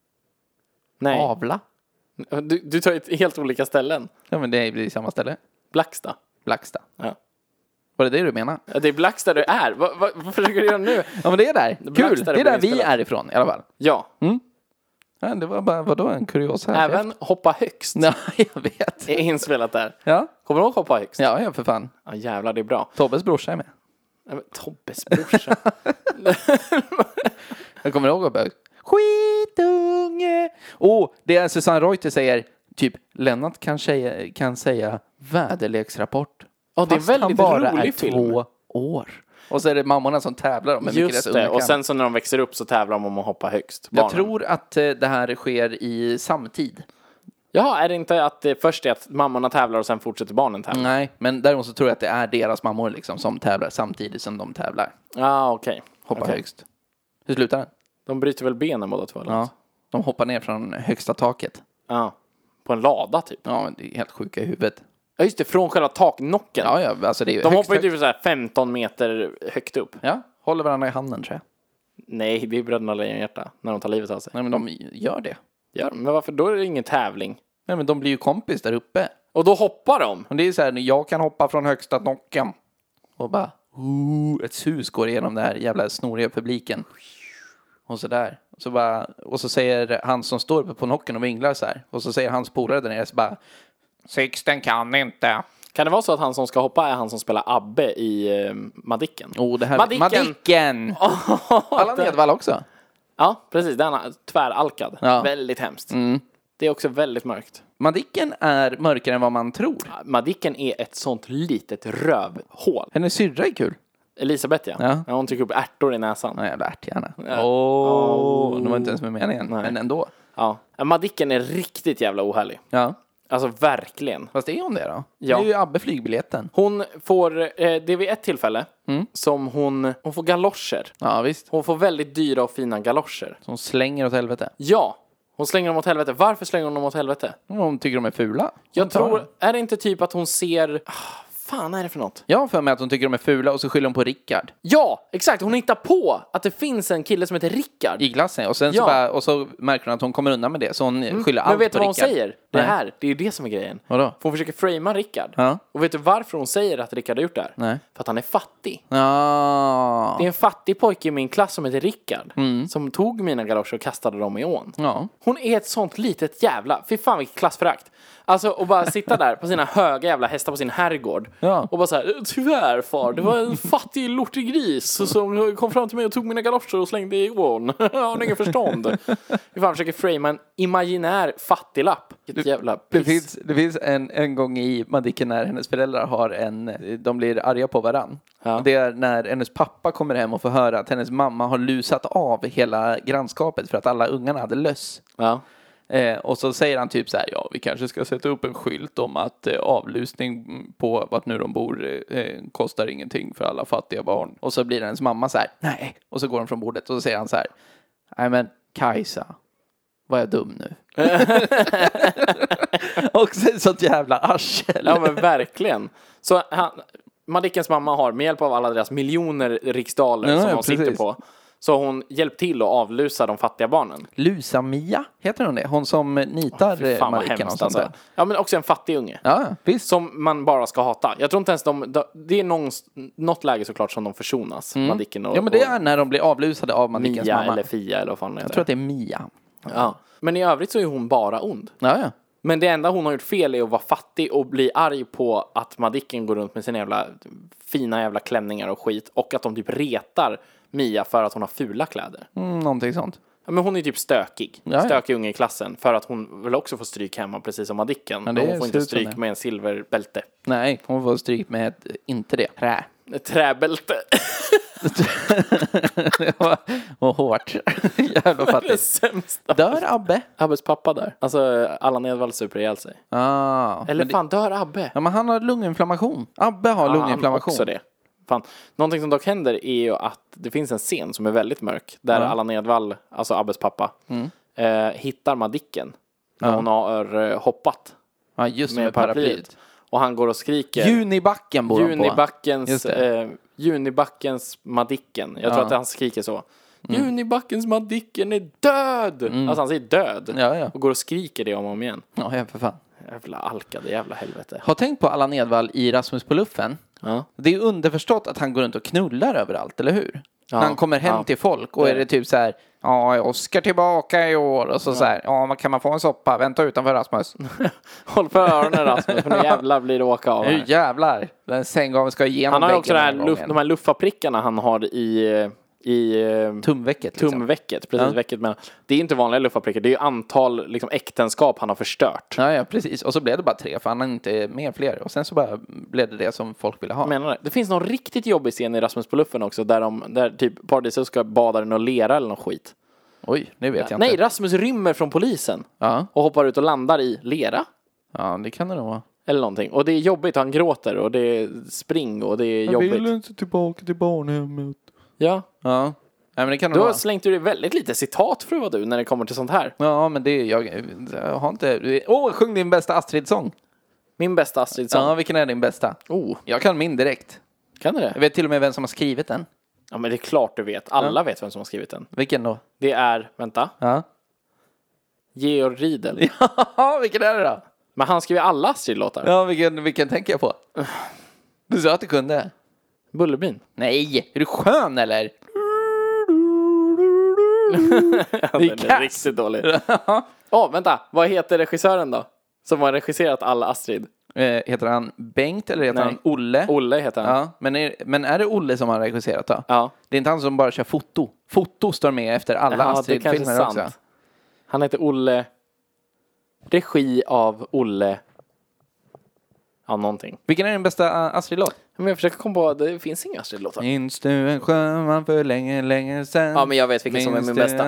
Nej. Avla. Du tar ett helt olika ställen. Ja, men det blir samma ställe. Blacksta. Blacksta. Ja. Var det du menar? Ja, det är Blacksta du är. Vad försöker du göra nu? Ja, men det är där. Kul. Blacksta Det är där vi är ifrån i alla fall. Ja. Ja, det var bara, vadå, en kurios här. Även Hoppa högst. Nej, jag vet. Är inspelat där. Ja. Kommer du ihåg Hoppa högst? Ja, för fan. Ja, jävlar, det är bra. Tobbes brorsa är med. Nej, men Tobbes brorsa. Jag kommer ihåg att skitunge. Det är Susanne Reuter säger typ Lennart kan säga väderleksrapport. Ja, det är fast väldigt han bara rolig är film. 2 år. Och så är det mammorna som tävlar om hur mycket Just deras det, unga och kan. sen så när de växer upp så tävlar de om att hoppa högst. Jag Barnen. tror att det här sker i samtid. Ja, är det inte att det först är att mammorna tävlar och sen fortsätter barnen tävla? Nej, men däremot så tror jag att det är deras mammor liksom som tävlar samtidigt som de tävlar. Ja, okej. Hoppa högst. Hur slutar den? De bryter väl benen båda två? Ja, de hoppar ner från högsta taket. Ja. På en lada typ. Ja, men det är helt sjuka i huvudet. Ja, just det, från själva taknocken. Ja, alltså det är De högst, hoppar ju typ så här 15 meter högt upp. Ja, håller varandra i handen tror jag. Nej, det är Bröderna Lejonhjärta när de tar livet av sig. Nej, men de gör det. Ja, men varför? Då är det ingen tävling. Nej, men de blir ju kompis där uppe. Och då hoppar de. Och det är så här, jag kan hoppa från högsta nocken. Och bara, ett sus går igenom den här jävla snoriga publiken. Och så där. Och så säger han som står uppe på nocken och vinglar så här. Och så säger hans polare där nere så bara, Sixten kan inte. Kan det vara så att han som ska hoppa är han som spelar Abbe i Madicken? Det här Madicken! Alla Nedvall också. Ja, precis. Den är tväralkad. Ja. Väldigt hemskt. Det är också väldigt mörkt. Madicken är mörkare än vad man tror. Madicken är ett sånt litet rövhål. Hennes syrra är kul. Elisabeth, ja. Hon trycker upp ärtor i näsan. Ja, jävla ärthjärna. Ja. Det var inte ens med meningen. Nej. Men ändå. Ja. Madicken är riktigt jävla ohärlig. Ja. Alltså verkligen. Fast är hon det då? Ja. Det är ju Abbe flygbiljetten. Hon får, det är vid ett tillfälle som hon får galoscher. Ja, visst. Hon får väldigt dyra och fina galoscher. Som slänger åt helvete. Ja, hon slänger dem åt helvete. Varför slänger hon dem åt helvete? Hon tycker de är fula. Jag tror, är det inte typ att hon ser... fan är det för något? Jag har för mig att hon tycker de är fula och så skyller hon på Rickard. Ja, exakt. Hon hittar på att det finns en kille som heter Rickard. I glassen. Och sen och så märker hon att hon kommer undan med det. Så hon skyller allt på Rickard. Men vet du vad hon säger? Nej. Det är ju det som är grejen. Vadå? För hon försöker framea Rickard. Ja. Och vet du varför hon säger att Rickard har gjort det här? Nej. För att han är fattig. Ja. Det är en fattig pojke i min klass som heter Rickard. Som tog mina galoscher och kastade dem i ån. Ja. Hon är ett sånt litet jävla... Fy fan vilket klassförakt. Alltså och bara sitta där på sina höga jävla hästar på sin herrgård. Ja. Och bara så här, tyvärr far, det var en fattig lortig gris som kom fram till mig och tog mina galoscher och slängde i ån. Jag har ingen förstånd. Vi fan försöker framea en imaginär fattiglapp. Ett jävla piss. Det finns en gång i Madicken när hennes föräldrar har de blir arga på varann. Ja. Det är när hennes pappa kommer hem och får höra att hennes mamma har lusat av hela grannskapet för att alla ungarna hade löss. Ja. Och så säger han typ så här, ja, vi kanske ska sätta upp en skylt om att avlusning på vart nu de bor kostar ingenting för alla fattiga barn. Och så blir hennes mamma så här, nej. Och så går de från bordet och så säger han så här, nej men Kajsa, var jag dum nu? Och så sånt jävla arsel. Ja men verkligen. Så Madickens mamma har med hjälp av alla deras miljoner riksdaler som de sitter på. Så hon hjälpt till att avlusa de fattiga barnen. Lusa-Mia, heter hon det? Hon som nitar Fan vad Madicken och hemskt sånt där. alltså. Ja men också en fattig unge. Ja, visst. Som man bara ska hata. Jag tror inte ens det är något läge såklart som de försonas. Madicken och... Ja men det är när de blir avlusade av Madickens Mia mamma. eller Fia eller vad fan det Jag tror att det är Mia. Ja. Men i övrigt så är hon bara ond. Ja. Men det enda hon har gjort fel är att vara fattig och bli arg på att Madicken går runt med sina jävla fina jävla klänningar och skit. Och att de typ retar Mia för att hon har fula kläder. Någonting sånt. Ja, men hon är typ stökig. Ja. Stökig unge i klassen. För att hon vill också få stryk hemma precis som Madicken. Ja, Men hon får inte stryk med en silverbälte. Nej, hon får stryk med inte det. Trä. Ett träbälte. Det var hårt. Jävla Det fattigt. sämsta. Dör Abbe? Abbes pappa där. Alltså Allan Edwall super ihjäl sig. Eller fan, dör Abbe? Ja, men han har lunginflammation. Abbe har lunginflammation. Han också det. Fan. Någonting som dock händer är ju att det finns en scen som är väldigt mörk. Där Allan Edwall, alltså Abbes pappa, hittar Madicken. När hon har hoppat. Ja, just med paraplyet. Och han går och skriker. Junibacken bor han på. Junibackens Madicken. Jag tror att han skriker så. Junibackens Madicken är död! Alltså han säger död. Ja. Och går och skriker det om igen. Ja, för fan. Jävla alkade, jävla helvete. Har tänkt på Allan Edwall i Rasmus på luffen. Ja. Det är underförstått att han går runt och knullar överallt, eller hur? Ja. När han kommer hem till folk och är det typ så här, ja, är Oskar tillbaka i år? Och så här, ja, kan man få en soppa? Vänta utanför Rasmus. Håll för öronen Rasmus, för nu jävlar blir det åka av här. Nu jävlar, den sänggaven ska igenom. Han har ju också de här luftfaprickarna han har i tumvecket. Tumvecket, precis, vecket. Men det är inte vanliga luftfabriker, det är ju antal liksom, äktenskap han har förstört. Ja, precis. Och så blev det bara 3, för han har inte mer fler. Och sen så bara blev det som folk ville ha. Menar det. Det finns någon riktigt jobbig scen i Rasmus på luffen också, där typ Paradiso ska bada i någon lera eller någon skit. Oj, det vet jag inte. Nej, inte. Rasmus rymmer från polisen. Ja. Och hoppar ut och landar i lera. Ja, det kan det nog vara. Eller någonting. Och det är jobbigt, han gråter och det är spring och det är jobbigt. Jag vill inte tillbaka till barnhemmet. Ja. Ja. Nej, men det kan du har vara. slängt ur dig väldigt lite citat för vad du när det kommer till sånt här. Ja, men det jag har inte. Sjung din bästa Astrid-sång. Min bästa Astrid-sång? Ja, vilken är din bästa? Jag kan min direkt. Kan du det? Jag vet till och med vem som har skrivit den. Ja, men det är klart du vet. Alla vet vem som har skrivit den. Vilken då? Det är, vänta, Ja. Georg Riedel. Ja, vilken är det då? Men han skriver alla Astrid-låtar. Ja, vilken tänker jag på? Du sa att du kunde. Bullerbyn. Nej, är du skön eller? Den är riktigt dålig. Vänta. Vad heter regissören då? Som har regisserat alla Astrid. Heter han Bengt eller heter Nej. han Olle? Olle heter han. Ja, men är det Olle som har regisserat då? Ja. Det är inte han som bara kör foto. Foto står med efter alla Ja, det är kanske Astrid-filmer också. sant. Han heter Olle. Regi av Olle. Ja, någonting. Vilken är den bästa Astrid-låt? Men jag försöker komma på, det finns inga Astrid-låtar. Minns du en sjöman för länge sedan? Ja, men jag vet vilken som är min bästa.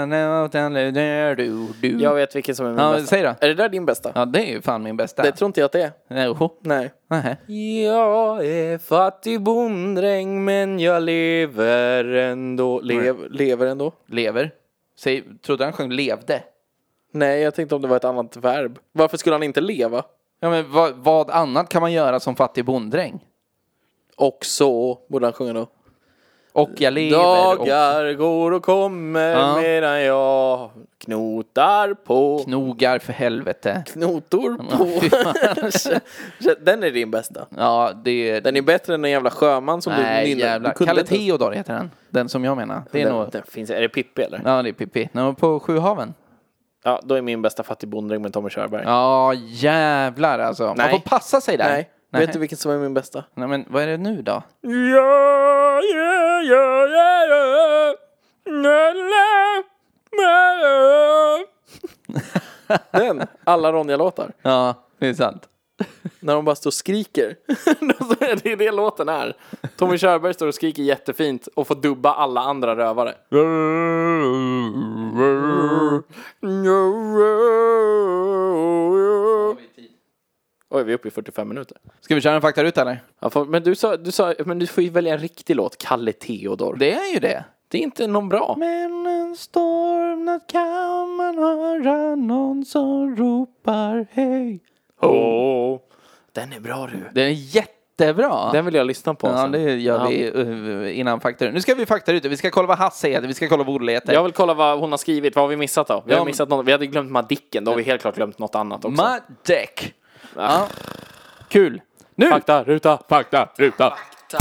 Jag vet vilken som är min bästa. Säg då. Är det där din bästa? Ja, det är ju fan min bästa. Det tror inte jag att det är. Nej. Nej. Jag är fattig bonddräng, men jag lever ändå. Lever ändå? Lever. Trodde han sjöng levde? Nej, jag tänkte om det var ett annat verb. Varför skulle han inte leva? Ja, men vad annat kan man göra som fattig bonddräng? Och så borde han sjunga då. Och jag lever. Dagar går och kommer medan jag knotar på. Knogar för helvete. Knotor på. Den är din bästa. Ja, Den är bättre än en jävla sjöman som Nej, du jävlar. Kalle Theodor heter den. Den som jag menar. Det är nog... Den finns, är det Pippi eller? Ja, det är Pippi. På Sjuhaven. Ja, då är min bästa fattig bonddräng med Tommy Körberg. Ja, jävlar alltså. Man Nej. får passa sig där. Nej. Vet du vilken som är min bästa? Nej, men vad är det nu då? Den, alla Ronja-låtar. Ja, det är sant. När de bara står och skriker. Det är det låten är. Tommy Körberg står och skriker jättefint och får dubba alla andra rövare. Oj, vi är uppe i 45 minuter. Ska vi köra en faktaruta eller? Ja, men du sa, men du får ju välja en riktig låt. Kalle Theodor. Det är ju det. Det är inte någon bra. Men en stormnatt kan man höra någon som ropar hej. Den är bra du. Den är jättebra. Den vill jag lyssna på. Ja, sen. det gör vi innan faktaruta. Nu ska vi faktaruta. Vi ska kolla vad Hasse heter. Vi ska kolla vad Olle heter. Jag vill kolla vad hon har skrivit. Vad har vi missat då? Vi har missat något. Vi hade glömt Madicken. Då har vi helt klart glömt något annat också. Madek. Ja. Kul. Nu. Faktaruta. Faktaruta.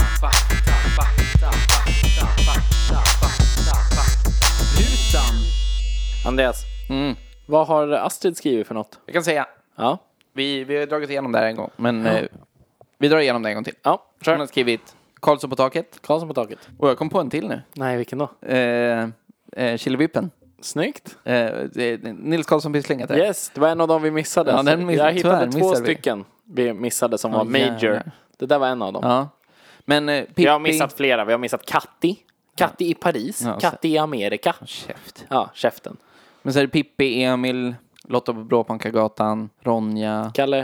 Andreas, vad har Astrid skrivit för något? Jag kan säga. Ja. Vi har dragit igenom det här en gång. Men vi drar igenom det en gång till. Ja, Hon har skrivit Karlsson på taket. Karlsson på taket. Och jag kom på en till nu. Nej, vilken då? Killevippen. Snyggt. Nils Karlsson Pyssling heter det. Yes, det var en av dem vi missade. Ja, den jag hittade tyvärr 2 missade vi. stycken vi missade som var major. jävlar. Det där var en av dem. Ja. Men Pippi... Vi har missat flera. Vi har missat Katti. Katti i Paris. Ja, Katti i Amerika. Käft. Ja, käften. Men så är det Pippi, Emil, Lotta på Bråpankagatan, Ronja, Kalle.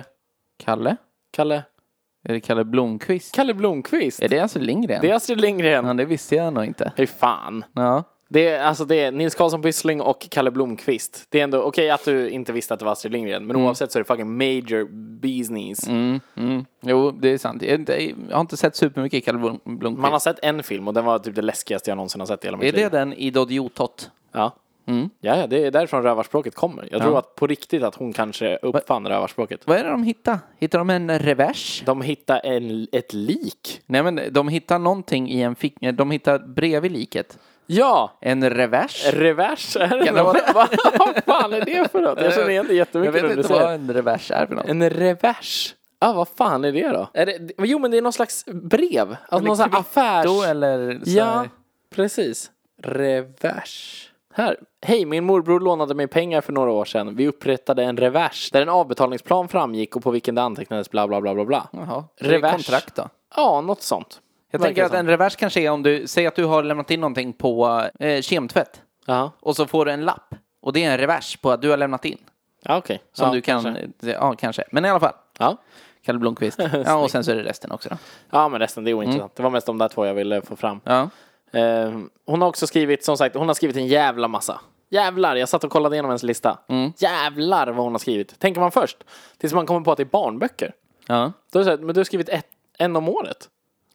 är det Kalle Blomqvist? Kalle Blomqvist. Är det alltså Lindgren? Det är Astrid Lindgren. Ja, det visste jag nog inte. Hur fan. Ja. Det är Nils Karlsson Pyssling och Kalle Blomqvist. Det är ändå okej att du inte visste att det var Astrid Lindgren. Men oavsett så är det fucking major business. Jo, det är sant. Jag har inte sett supermycket Kalle Blomqvist. Man har sett en film och den var typ det läskigaste jag någonsin har sett i hela mitt Är det liv. den i Dodjotot? Ja. Ja, det är därifrån rövarspråket kommer. Jag tror att på riktigt att hon kanske uppfann rövarspråket. Vad är det de hittar? Hittar de en revers? De hittar ett lik. Nej, men de hittar någonting i en ficka. De hittar bredvid liket. Ja! En revers? Revers är det. Kan det vara- Vad fan är det för något? Jag känner igen det Jag jättemycket vet när du inte vad säger. en revers är för något. En revers? Ja, vad fan är det då? Jo, men det är någon slags brev. Alltså någon sån här affärs... Då eller så Ja, här. precis. Revers. Här. Hej, min morbror lånade mig pengar för några år sedan. Vi upprättade en revers där en avbetalningsplan framgick och på vilken det antecknades bla bla bla bla bla. Jaha. Så det är Revers. kontrakt då? Ja, något sånt. Jag tänker att en revers kanske är om du säger att du har lämnat in någonting på kemtvätt. Ja, Och så får du en lapp. Och det är en revers på att du har lämnat in. ja okej. Som Ja, du kan... kanske. Ja, kanske. Men i alla fall. Ja. Kalle Blomqvist. Ja, och sen så är det resten också då. Ja, men resten det är ointressant. Det var mest de där 2 jag ville få fram. Ja. Hon har också skrivit, som sagt, hon har skrivit en jävla massa. Jävlar, jag satt och kollade igenom hennes lista. Jävlar vad hon har skrivit. Tänker man först, tills man kommer på att det är barnböcker. Ja. Då är det så här, men du har skrivit en om året.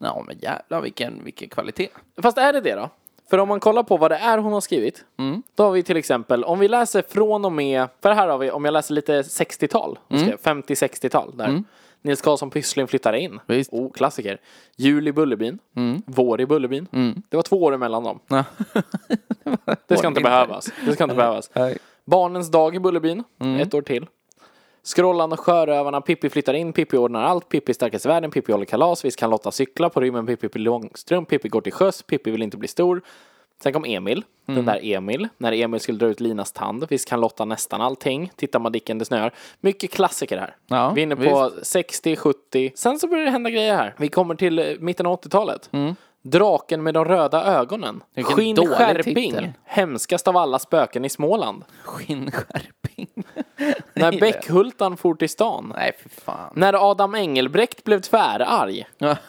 Ja, men jävlar vilken kvalitet. Fast är det då? För om man kollar på vad det är hon har skrivit. Då har vi till exempel, om vi läser från och med, för här har vi, om jag läser lite 60-tal. 50-60-tal där. Nils Karlsson Pyssling flyttar in. Visst. Klassiker. Jul i Bullerbyn. Vår i Bullerbyn. Det var 2 år emellan dem. Det ska inte behövas. Nej. Barnens dag i Bullerbyn. 1 år till. Skrollan och sjörövarna. Pippi flyttar in. Pippi ordnar allt. Pippi starkast i världen. Pippi håller kalas. Visst kan Lotta cykla på rymmen. Pippi långstrump. Pippi går till sjöss. Pippi vill inte bli stor. Sen kom Emil. Den där Emil. När Emil skulle dra ut Linas tand. Visst kan Lotta nästan allting. Titta Madicken, det snöar. Mycket klassiker här. Ja, vi är inne på 60, 70. Sen så börjar det hända grejer här. Vi kommer till mitten av 80-talet. Draken med de röda ögonen. Vilken Skinn dålig skärping. titel. Hemskast av alla spöken i Småland. Skinnskärping. När Bäckhultan for till stan. Nej, för fan. När Adam Engelbrekt blev tvärarg.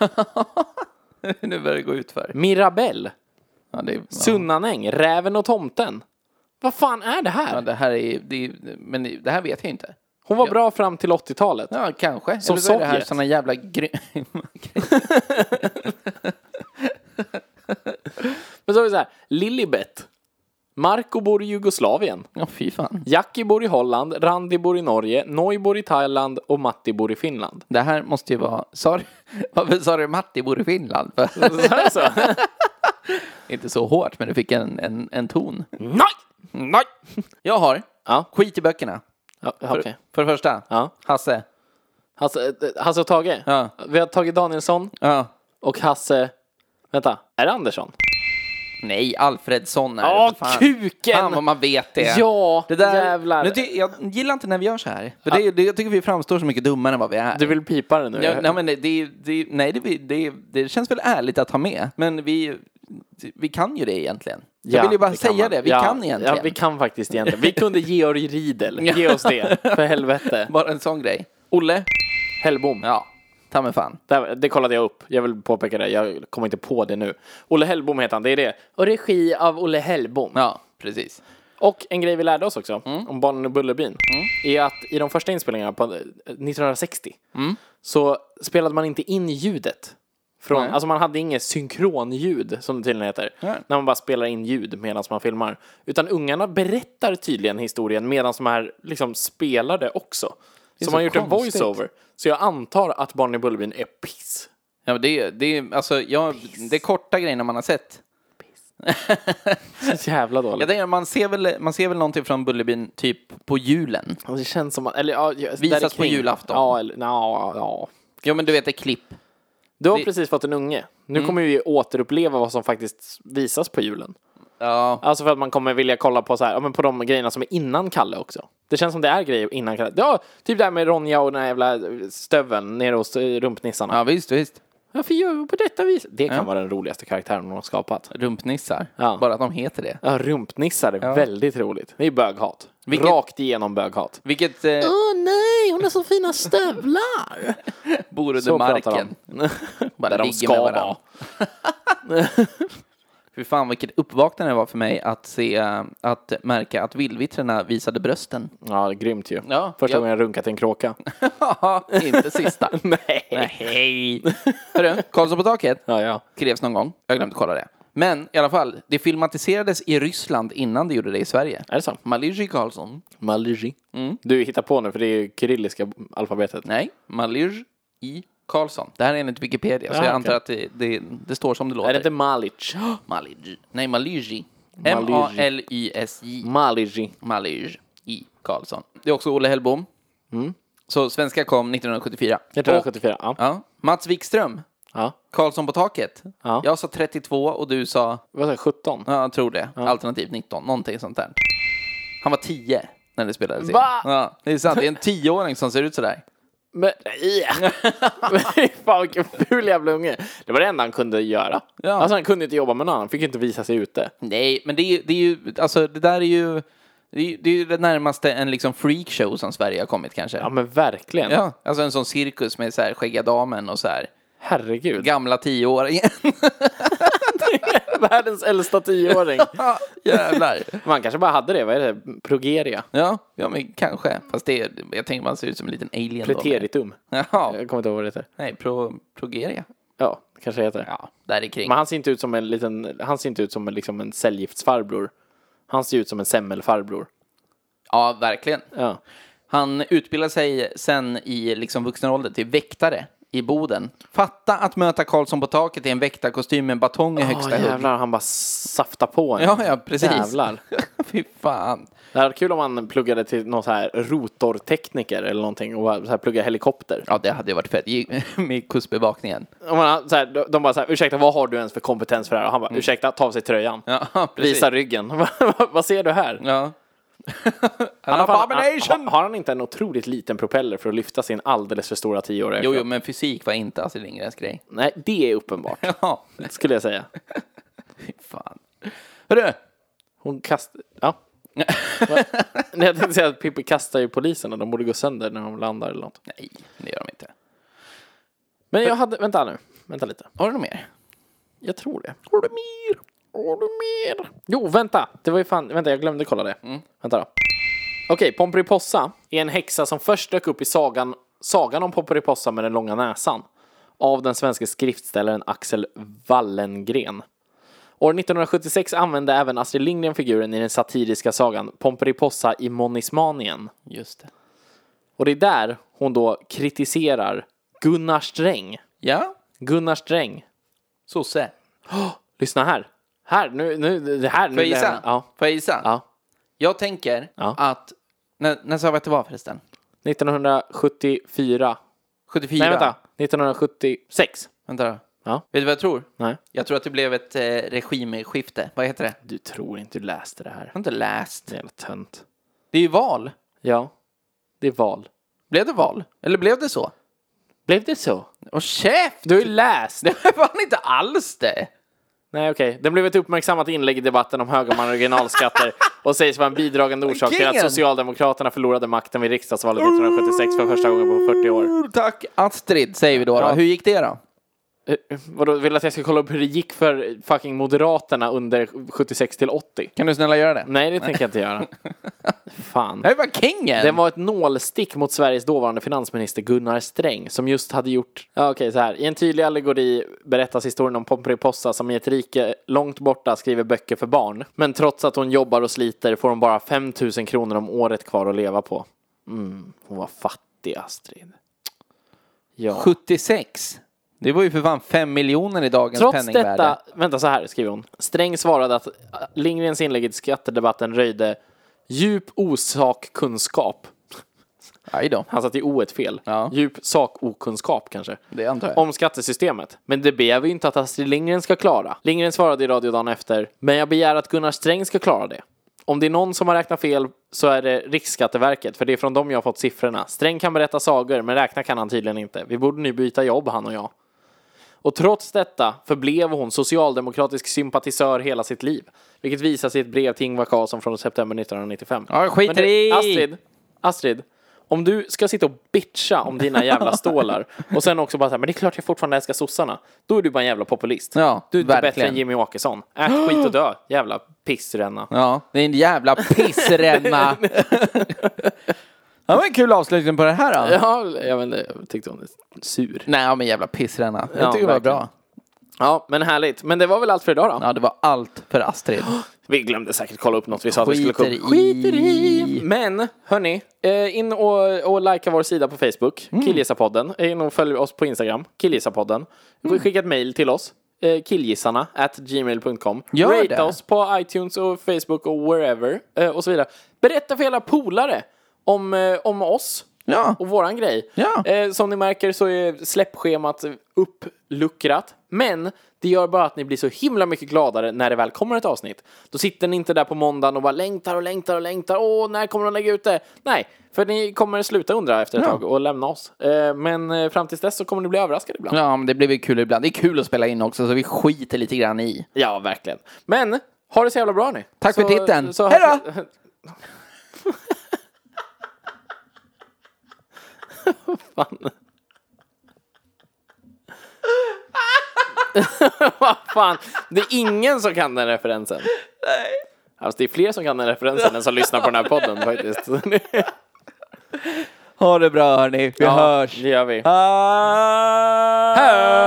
Nu börjar det gå ut för. Mirabelle. Ja, det, Sunnanäng. Räven och tomten. Vad fan är det här? ja, det här är... men det här vet jag inte. Hon var bra fram till 80-talet. Ja, kanske. Som Eller så är det här Sovjet. såna jävla Men så har vi så här. Lilibet. Marco bor i Jugoslavien. Ja, fy fan. Jackie bor i Holland. Randi bor i Norge. Noi bor i Thailand. Och Matti bor i Finland. Det här måste ju vara... Varför sa du Matti bor i Finland? Så. Inte så hårt, men du fick en ton. Nej! Jag har Ja. skit i böckerna. Ja, okej. För det första, Ja. Hasse. Hasse och Tage. Ja. Vi har Tage Danielsson Ja. och Hasse... Vänta, är det Andersson? Nej, Alfredsson är Ja, det för fan. kuken! Fan vad man vet det. Ja, det där, jävlar. Jag gillar inte när vi gör så här. För jag tycker vi framstår så mycket dummare än vad vi är. Du vill pipa det nu? Ja, nej, men det känns väl ärligt att ha med. Men vi kan ju det egentligen. Jag vill ju bara säga det. Vi kan egentligen. Ja, vi kan faktiskt egentligen. Vi kunde Georg Riedel. Ge oss det, för helvete. Bara en sån grej. Olle? Hellbom. Ja, ta mig fan. Det kollade jag upp. Jag vill påpeka det. Jag kommer inte på det nu. Olle Hellbom heter han, det är det. Och regi av Olle Hellbom. Ja, precis. Och en grej vi lärde oss också om Barnen i Bullerbyn är att i de första inspelningarna på 1960 så spelade man inte in ljudet. Alltså man hade inget synkronljud som det tydligen heter. Nej. När man bara spelar in ljud medan man filmar. Utan ungarna berättar tydligen historien medan de här liksom spelade också. Så man har gjort konstigt. en voiceover. Så jag antar att Barnen i Bullerbyn är piss. Ja, men det är korta grejer man har sett. Så jävla dåligt. Jag tänker, man ser väl någonting från Bullerbyn typ på julen. Och det känns som att... Eller, ja, Visas på julafton. Ja, eller... Ja. Jo, men du vet, ett klipp. Du har precis fått en unge. Nu kommer vi återuppleva vad som faktiskt visas på julen. Ja. Alltså för att man kommer vilja kolla på så här, ja, men på de grejerna som är innan Kalle också. Det känns som det är grejer innan Kalle. Ja, typ där med Ronja och den här jävla stöveln nere hos rumpnissarna. Ja, visst. Varför gör vi på detta vis? Det kan vara den roligaste karaktären hon har skapat. Rumpnissar. Ja. Bara att de heter det. Ja, rumpnissar är väldigt roligt. Det är böghat. Vilket- Rakt igenom böghat. Vilket Nej, hon har så fina stövlar. bor under Så pratar marken. de. Bara Där de ligger ska med varandra. Fy fan, vilket uppvaknande det var för mig att märka att vildvittrarna visade brösten. Ja, det är grymt ju. Ja, Första ja. gången jag runkat en kråka. Inte sista. Nej. Hörru, Karlsson på taket Ja. skrevs någon gång. Jag glömde kolla det. Men i alla fall, det filmatiserades i Ryssland innan det gjorde det i Sverige. Är det så? Malizhi Karlsson. Malizhi. Du hittar på nu för det är ju kyrilliska alfabetet. Nej, Malizhi Karlsson. Det här är enligt Wikipedia, så Ja, jag antar okej. att det står som det låter. Är det inte Malic? Malizhi. Nej, Malizhi. Malizhi. Malysj. Malizhi. Malizhi Karlsson. Det är också Olle Hellbom. Så svenska kom 1974. 1974, ja. Ja. Mats Wikström. Ja. Karlsson på taket. Ja. Jag sa 32 och du sa... Vad sa jag, 17? Ja, jag tror det. Alternativt 19. Någonting sånt där. Han var 10 när det spelades in. Va? Ja, det är sant. Det är en 10-åring som ser ut sådär. Men, fan vilken ful jävla unge. Det var det enda han kunde göra. Ja. Alltså han kunde inte jobba med någon, han fick inte visa sig ute. Nej, men det är ju... Alltså, det där är ju... Det är ju det närmaste en liksom freakshow som Sverige har kommit kanske. Ja men verkligen. Ja, alltså en sån cirkus med så här skäggiga damen och så här Herregud. gamla 10-åringen. Världens äldsta 10-åring. Jävlar. Man kanske bara hade det, vad är det? Progeria. Ja, men kanske. Fast jag tänker man ser ut som en liten alien. Preteritum. Ja, Jag kommer inte ihåg vad det heter. nej, progeria. Ja, kanske heter. Ja, där är kring. Men han ser inte ut som en liten... Han ser inte ut som liksom en cellgiftsfarbror. Han ser ut som en semmelfarbror. Ja, verkligen. Ja. Han utbildade sig sen i liksom vuxen ålder till väktare i Boden. Fatta att möta Karlsson på taket i en väktarkostym med en batong i högsta hugg. Jävlar, han bara saftar på en. Ja, precis. Jävlar. Fy fan. Det hade varit kul om man pluggade till någon så här rotortekniker eller någonting och så här plugga helikopter. Ja, det hade ju varit fett. Med kustbevakningen. Om man, så här, de bara så här, ursäkta, vad har du ens för kompetens för det här? Och han bara, ursäkta, ta av sig tröjan. Ja, precis. Visa ryggen. Vad ser du här? Ja. Har han inte en otroligt liten propeller för att lyfta sin alldeles för stora 10-åriga kropp? Jo, men fysik var inte Astrid Lindgrens grej. Nej, det är uppenbart. Ja. Skulle jag säga. Fy fan. Hörru! Hon kastar... Ja. Nej, jag tänkte säga att Pippi kastar ju poliserna. De borde gå sönder när de landar eller något. Nej, det gör de inte. Men jag hade... Vänta lite. Har du något mer? Jag tror det. Har du mer? Jo, vänta. Det var ju fan... Vänta, jag glömde kolla det. Vänta då. Okej, Pomperipossa är en häxa som först dök upp i sagan om Pomperipossa med den långa näsan. Av den svenska skriftställaren Axel Wallengren. År 1976 använde även Astrid Lindgren figuren i den satiriska sagan Pomperipossa i Monismanien. Just det. Och det är där hon då kritiserar Gunnar Sträng. Ja? Gunnar Sträng. Sosse. Lyssna här. Det här. Får jag gissa? Ja. Får jag gissa? Ja. Jag tänker att... När sa vi att det var förresten? 1974. 74? Nej, vänta. 1976. Vänta då. Ja. Vet du vad jag tror? Nej. Jag tror att det blev ett regimskifte. Vad heter det? Du tror inte du läste det här. Jag har inte läst. Det är jävla tönt. Det är ju val. Ja. Det är val. Blev det val? Eller blev det så? Blev det så? Och käft! Du har ju läst. Det var fan inte alls det. Nej, okej. Den blev ett uppmärksammat inlägg i debatten om höga marginalskatter och sägs vara en bidragande orsak till att Socialdemokraterna förlorade makten vid riksdagsvalet 1976 för första gången på 40 år. Tack Astrid, säger vi då. Ja. Hur gick det då? Vadå, vill att jag ska kolla upp hur det gick för fucking Moderaterna under 76 till 80? Kan du snälla göra det? Nej, det tänker jag inte göra. Fan. Det var kingen! Det var ett nålstick mot Sveriges dåvarande finansminister Gunnar Sträng som just hade gjort... Ja, okej, så här. I en tydlig allegori berättas historien om Pomperipossa som i ett rike långt borta skriver böcker för barn. Men trots att hon jobbar och sliter får hon bara 5 000 kronor om året kvar att leva på. Hon var fattig, Astrid. Ja. 76. Det var ju för fan 5 miljoner i dagens Trots penningvärde. detta, vänta så här skriver hon. Sträng svarade att Lindgrens inlägg i skattedebatten röjde djup osakkunskap. Aj då. Han satt i o ett fel. Ja. Djup sakokunskap kanske. Det antar jag. Om skattesystemet. Men det begär vi inte att Astrid Lindgren ska klara. Lindgren svarade i radio dagen efter. Men jag begär att Gunnar Sträng ska klara det. Om det är någon som har räknat fel så är det Riksskatteverket. För det är från dem jag har fått siffrorna. Sträng kan berätta sagor men räkna kan han tydligen inte. Vi borde nu byta jobb, han och jag. Och trots detta förblev hon socialdemokratisk sympatisör hela sitt liv. Vilket visas i ett brev till Ingvar Carlsson från september 1995. Ja, skiter i! Astrid, om du ska sitta och bitcha om dina jävla stålar och sen också bara säga, men det är klart jag fortfarande älskar sossarna. Då är du bara en jävla populist. Ja, du är inte verkligen. bättre än Jimmy Åkesson. Ät skit och dö, jävla pissränna. Ja, det är en jävla pissränna. Ja, men en kul avslutning på det här då. Ja, jag tyckte hon är sur. Nej, men jävla pissränna. Ja, Jag tycker det var verkligen. bra. Ja, men härligt. Men det var väl allt för idag då? Ja, det var allt för Astrid. Vi glömde säkert kolla upp något vi sa att vi skulle kolla upp. Skiter i. Men, hörni, in och likea vår sida på Facebook, Killgissarpodden. In och följ oss på Instagram, Killgissarpodden. Skicka ett mejl till oss, killgissarna@gmail.com. Gör Rate det. oss på iTunes och Facebook och wherever och så vidare. Berätta för hela polare om oss. Ja. Och våran grej. Ja. Som ni märker så är släppschemat uppluckrat. Men det gör bara att ni blir så himla mycket gladare när det väl kommer ett avsnitt. Då sitter ni inte där på måndagen och bara längtar. Åh, när kommer de lägga ut det? Nej, för ni kommer sluta undra efter ett tag och lämna oss. Men fram tills dess så kommer ni bli överraskade ibland. Ja, men det blir väl kul ibland. Det är kul att spela in också, så vi skiter lite grann i. Ja, verkligen. Men, ha det så jävla bra nu. Tack för titeln. Hej då! Fan. Vad fan. Det är ingen som kan den referensen. Nej. Alltså det är fler som kan den referensen än som lyssnar på den här podden faktiskt. Ha det bra hörni. Vi hörs. Det gör vi. Hej!